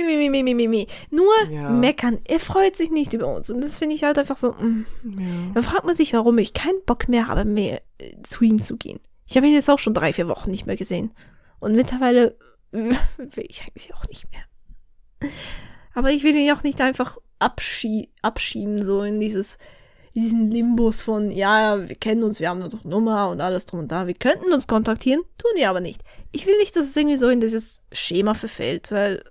Nur meckern. Er freut sich nicht über uns. Und das finde ich halt einfach so. Dann fragt man sich, warum ich keinen Bock mehr habe, mehr zu ihm zu gehen. Ich habe ihn jetzt auch schon 3-4 Wochen nicht mehr gesehen. Und mittlerweile will ich eigentlich auch nicht mehr. Aber ich will ihn auch nicht einfach abschieben, so in diesen Limbus von, ja, wir kennen uns, wir haben doch Nummer und alles drum und da, wir könnten uns kontaktieren, tun wir aber nicht. Ich will nicht, dass es irgendwie so in dieses Schema verfällt, weil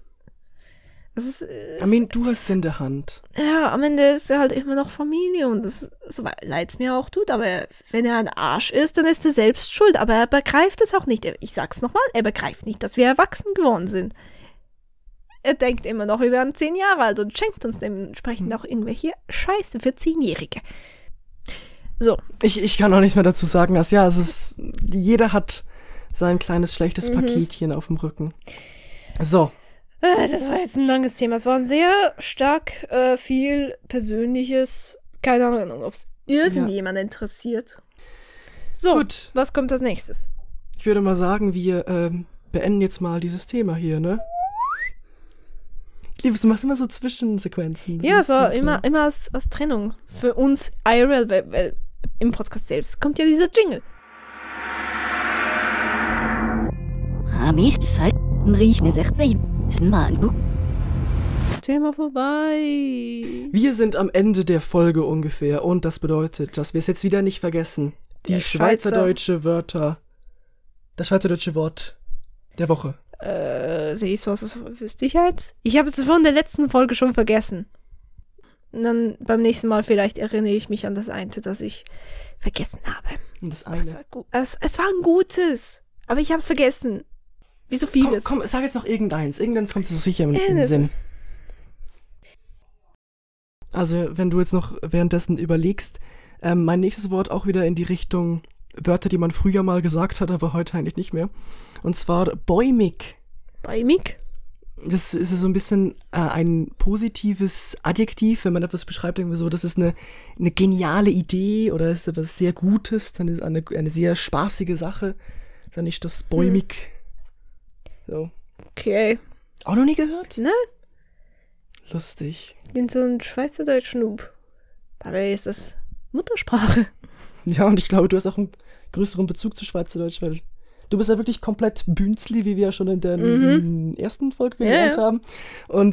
du hast es in der Hand. Ja, am Ende ist er halt immer noch Familie und das, so leid es mir auch tut, aber wenn er ein Arsch ist, dann ist er selbst schuld, aber er begreift es auch nicht. Ich sag's nochmal, er begreift nicht, dass wir erwachsen geworden sind. Er denkt immer noch, wir wären 10 Jahre alt und schenkt uns dementsprechend auch irgendwelche Scheiße für 10-Jährige. So. Ich kann auch nichts mehr dazu sagen, als ja, jeder hat sein kleines schlechtes Paketchen auf dem Rücken. So. Das war jetzt ein langes Thema. Es war ein sehr stark viel Persönliches. Keine Ahnung, ob es irgendjemand interessiert. So, gut. Was kommt als nächstes? Ich würde mal sagen, wir beenden jetzt mal dieses Thema hier, ne? Liebes, du machst immer so Zwischensequenzen. Ja, so immer als Trennung. Für uns IRL, weil im Podcast selbst kommt ja dieser Jingle. Thema vorbei. Wir sind am Ende der Folge ungefähr und das bedeutet, dass wir es jetzt wieder nicht vergessen. Das schweizerdeutsche Wort der Woche. Siehst du, was es wüsste ich jetzt? Ich habe es von der letzten Folge schon vergessen. Und dann beim nächsten Mal vielleicht erinnere ich mich an das eine, das ich vergessen habe. Und das eine? Es war ein gutes, aber ich habe es vergessen. Wie so vieles. Komm, sag jetzt noch irgendeins. Irgendeins kommt es sicher in den Sinn. Also, wenn du jetzt noch währenddessen überlegst, mein nächstes Wort auch wieder in die Richtung Wörter, die man früher mal gesagt hat, aber heute eigentlich nicht mehr. Und zwar bäumig. Bäumig? das ist so ein bisschen ein positives Adjektiv, wenn man etwas beschreibt, irgendwie so, das ist eine geniale Idee oder ist etwas sehr Gutes, dann ist eine sehr spaßige Sache, dann ist das bäumig. So. Okay. Auch noch nie gehört? Nein. Lustig. Ich bin so ein Schweizerdeutsch-Noob. Dabei ist das Muttersprache. Ja, und ich glaube, du hast auch einen größeren Bezug zu Schweizerdeutsch, weil du bist ja wirklich komplett Bünzli, wie wir ja schon in der ersten Folge gelernt haben. Und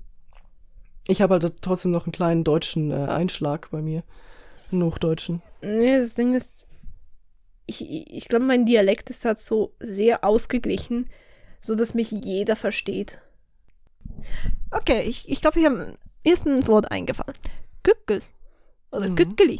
ich habe halt trotzdem noch einen kleinen deutschen Einschlag bei mir. Einen Hochdeutschen. Nee, das Ding ist, ich glaube, mein Dialekt ist halt so sehr ausgeglichen, so dass mich jeder versteht. Okay, ich glaube, ich habe am ersten Wort eingefallen. Gückel. Oder Gückeli.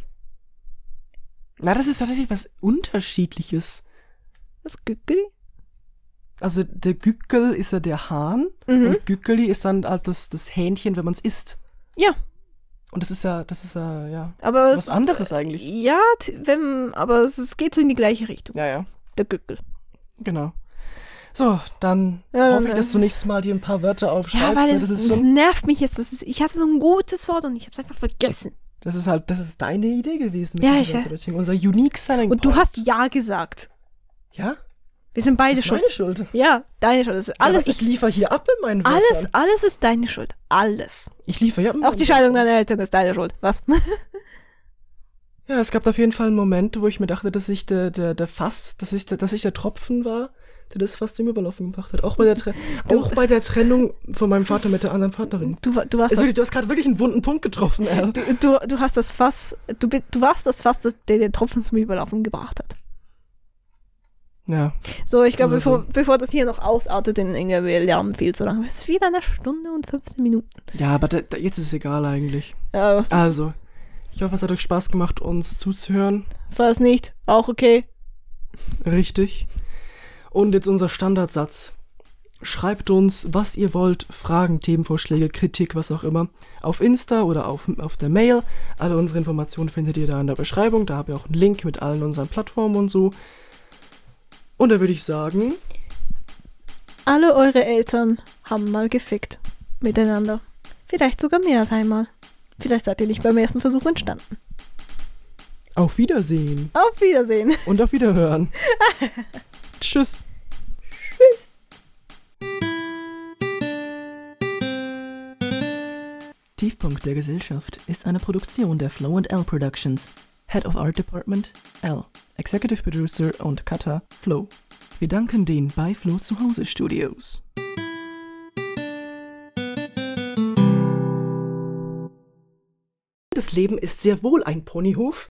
Na, das ist tatsächlich was Unterschiedliches. Was Gückeli? Also der Gückel ist ja der Hahn und Gückeli ist dann halt das Hähnchen, wenn man es isst. Ja. Und das ist ja aber was anderes eigentlich. Ja, aber es geht so in die gleiche Richtung. Ja. Der Gückel. Genau. So, dann hoffe ich, dass du nächstes Mal dir ein paar Wörter aufschreibst. Ja, weil ne? das nervt mich jetzt. Ich hatte so ein gutes Wort und ich habe es einfach vergessen. Das ist deine Idee gewesen mit ja, dem Wörterrating. Unser Unique Selling Und du hast Ja gesagt. Ja? Wir sind beide das ist schuld. Meine Schuld. Ja, deine Schuld. Das ist alles. Ja, ich liefere hier ab mit meinen Wörtern. Alles ist deine Schuld. Alles. Ich liefere hier ab mit Auch die Scheidung deiner Eltern ist deine Schuld. Was? Ja, es gab auf jeden Fall einen Moment, wo ich mir dachte, dass ich der Tropfen war, der das fast zum Überlaufen gebracht hat. Auch bei der Trennung von meinem Vater mit der anderen Partnerin. Du hast gerade wirklich einen wunden Punkt getroffen, Al. Du hast das Fass, du warst das Fass, das der den Tropfen zum Überlaufen gebracht hat. Ja. So, ich glaube, bevor das hier noch ausartet in irgendwie Lärm viel zu lange. Es ist wieder 1 Stunde und 15 Minuten. Ja, aber jetzt ist es egal eigentlich. Ja. Also, ich hoffe, es hat euch Spaß gemacht, uns zuzuhören. Falls nicht, auch okay. Richtig. Und jetzt unser Standardsatz. Schreibt uns, was ihr wollt, Fragen, Themenvorschläge, Kritik, was auch immer, auf Insta oder auf der Mail. Alle unsere Informationen findet ihr da in der Beschreibung. Da habt ihr auch einen Link mit allen unseren Plattformen und so. Und da würde ich sagen... Alle eure Eltern haben mal gefickt. Miteinander. Vielleicht sogar mehr als einmal. Vielleicht seid ihr nicht beim ersten Versuch entstanden. Auf Wiedersehen. Auf Wiedersehen. Und auf Wiederhören. Tschüss. Tschüss. Tiefpunkt der Gesellschaft ist eine Produktion der Flow & L Productions. Head of Art Department, L. Executive Producer und Cutter, Flo. Wir danken den bei Flo Zuhause Studios. Das Leben ist sehr wohl ein Ponyhof.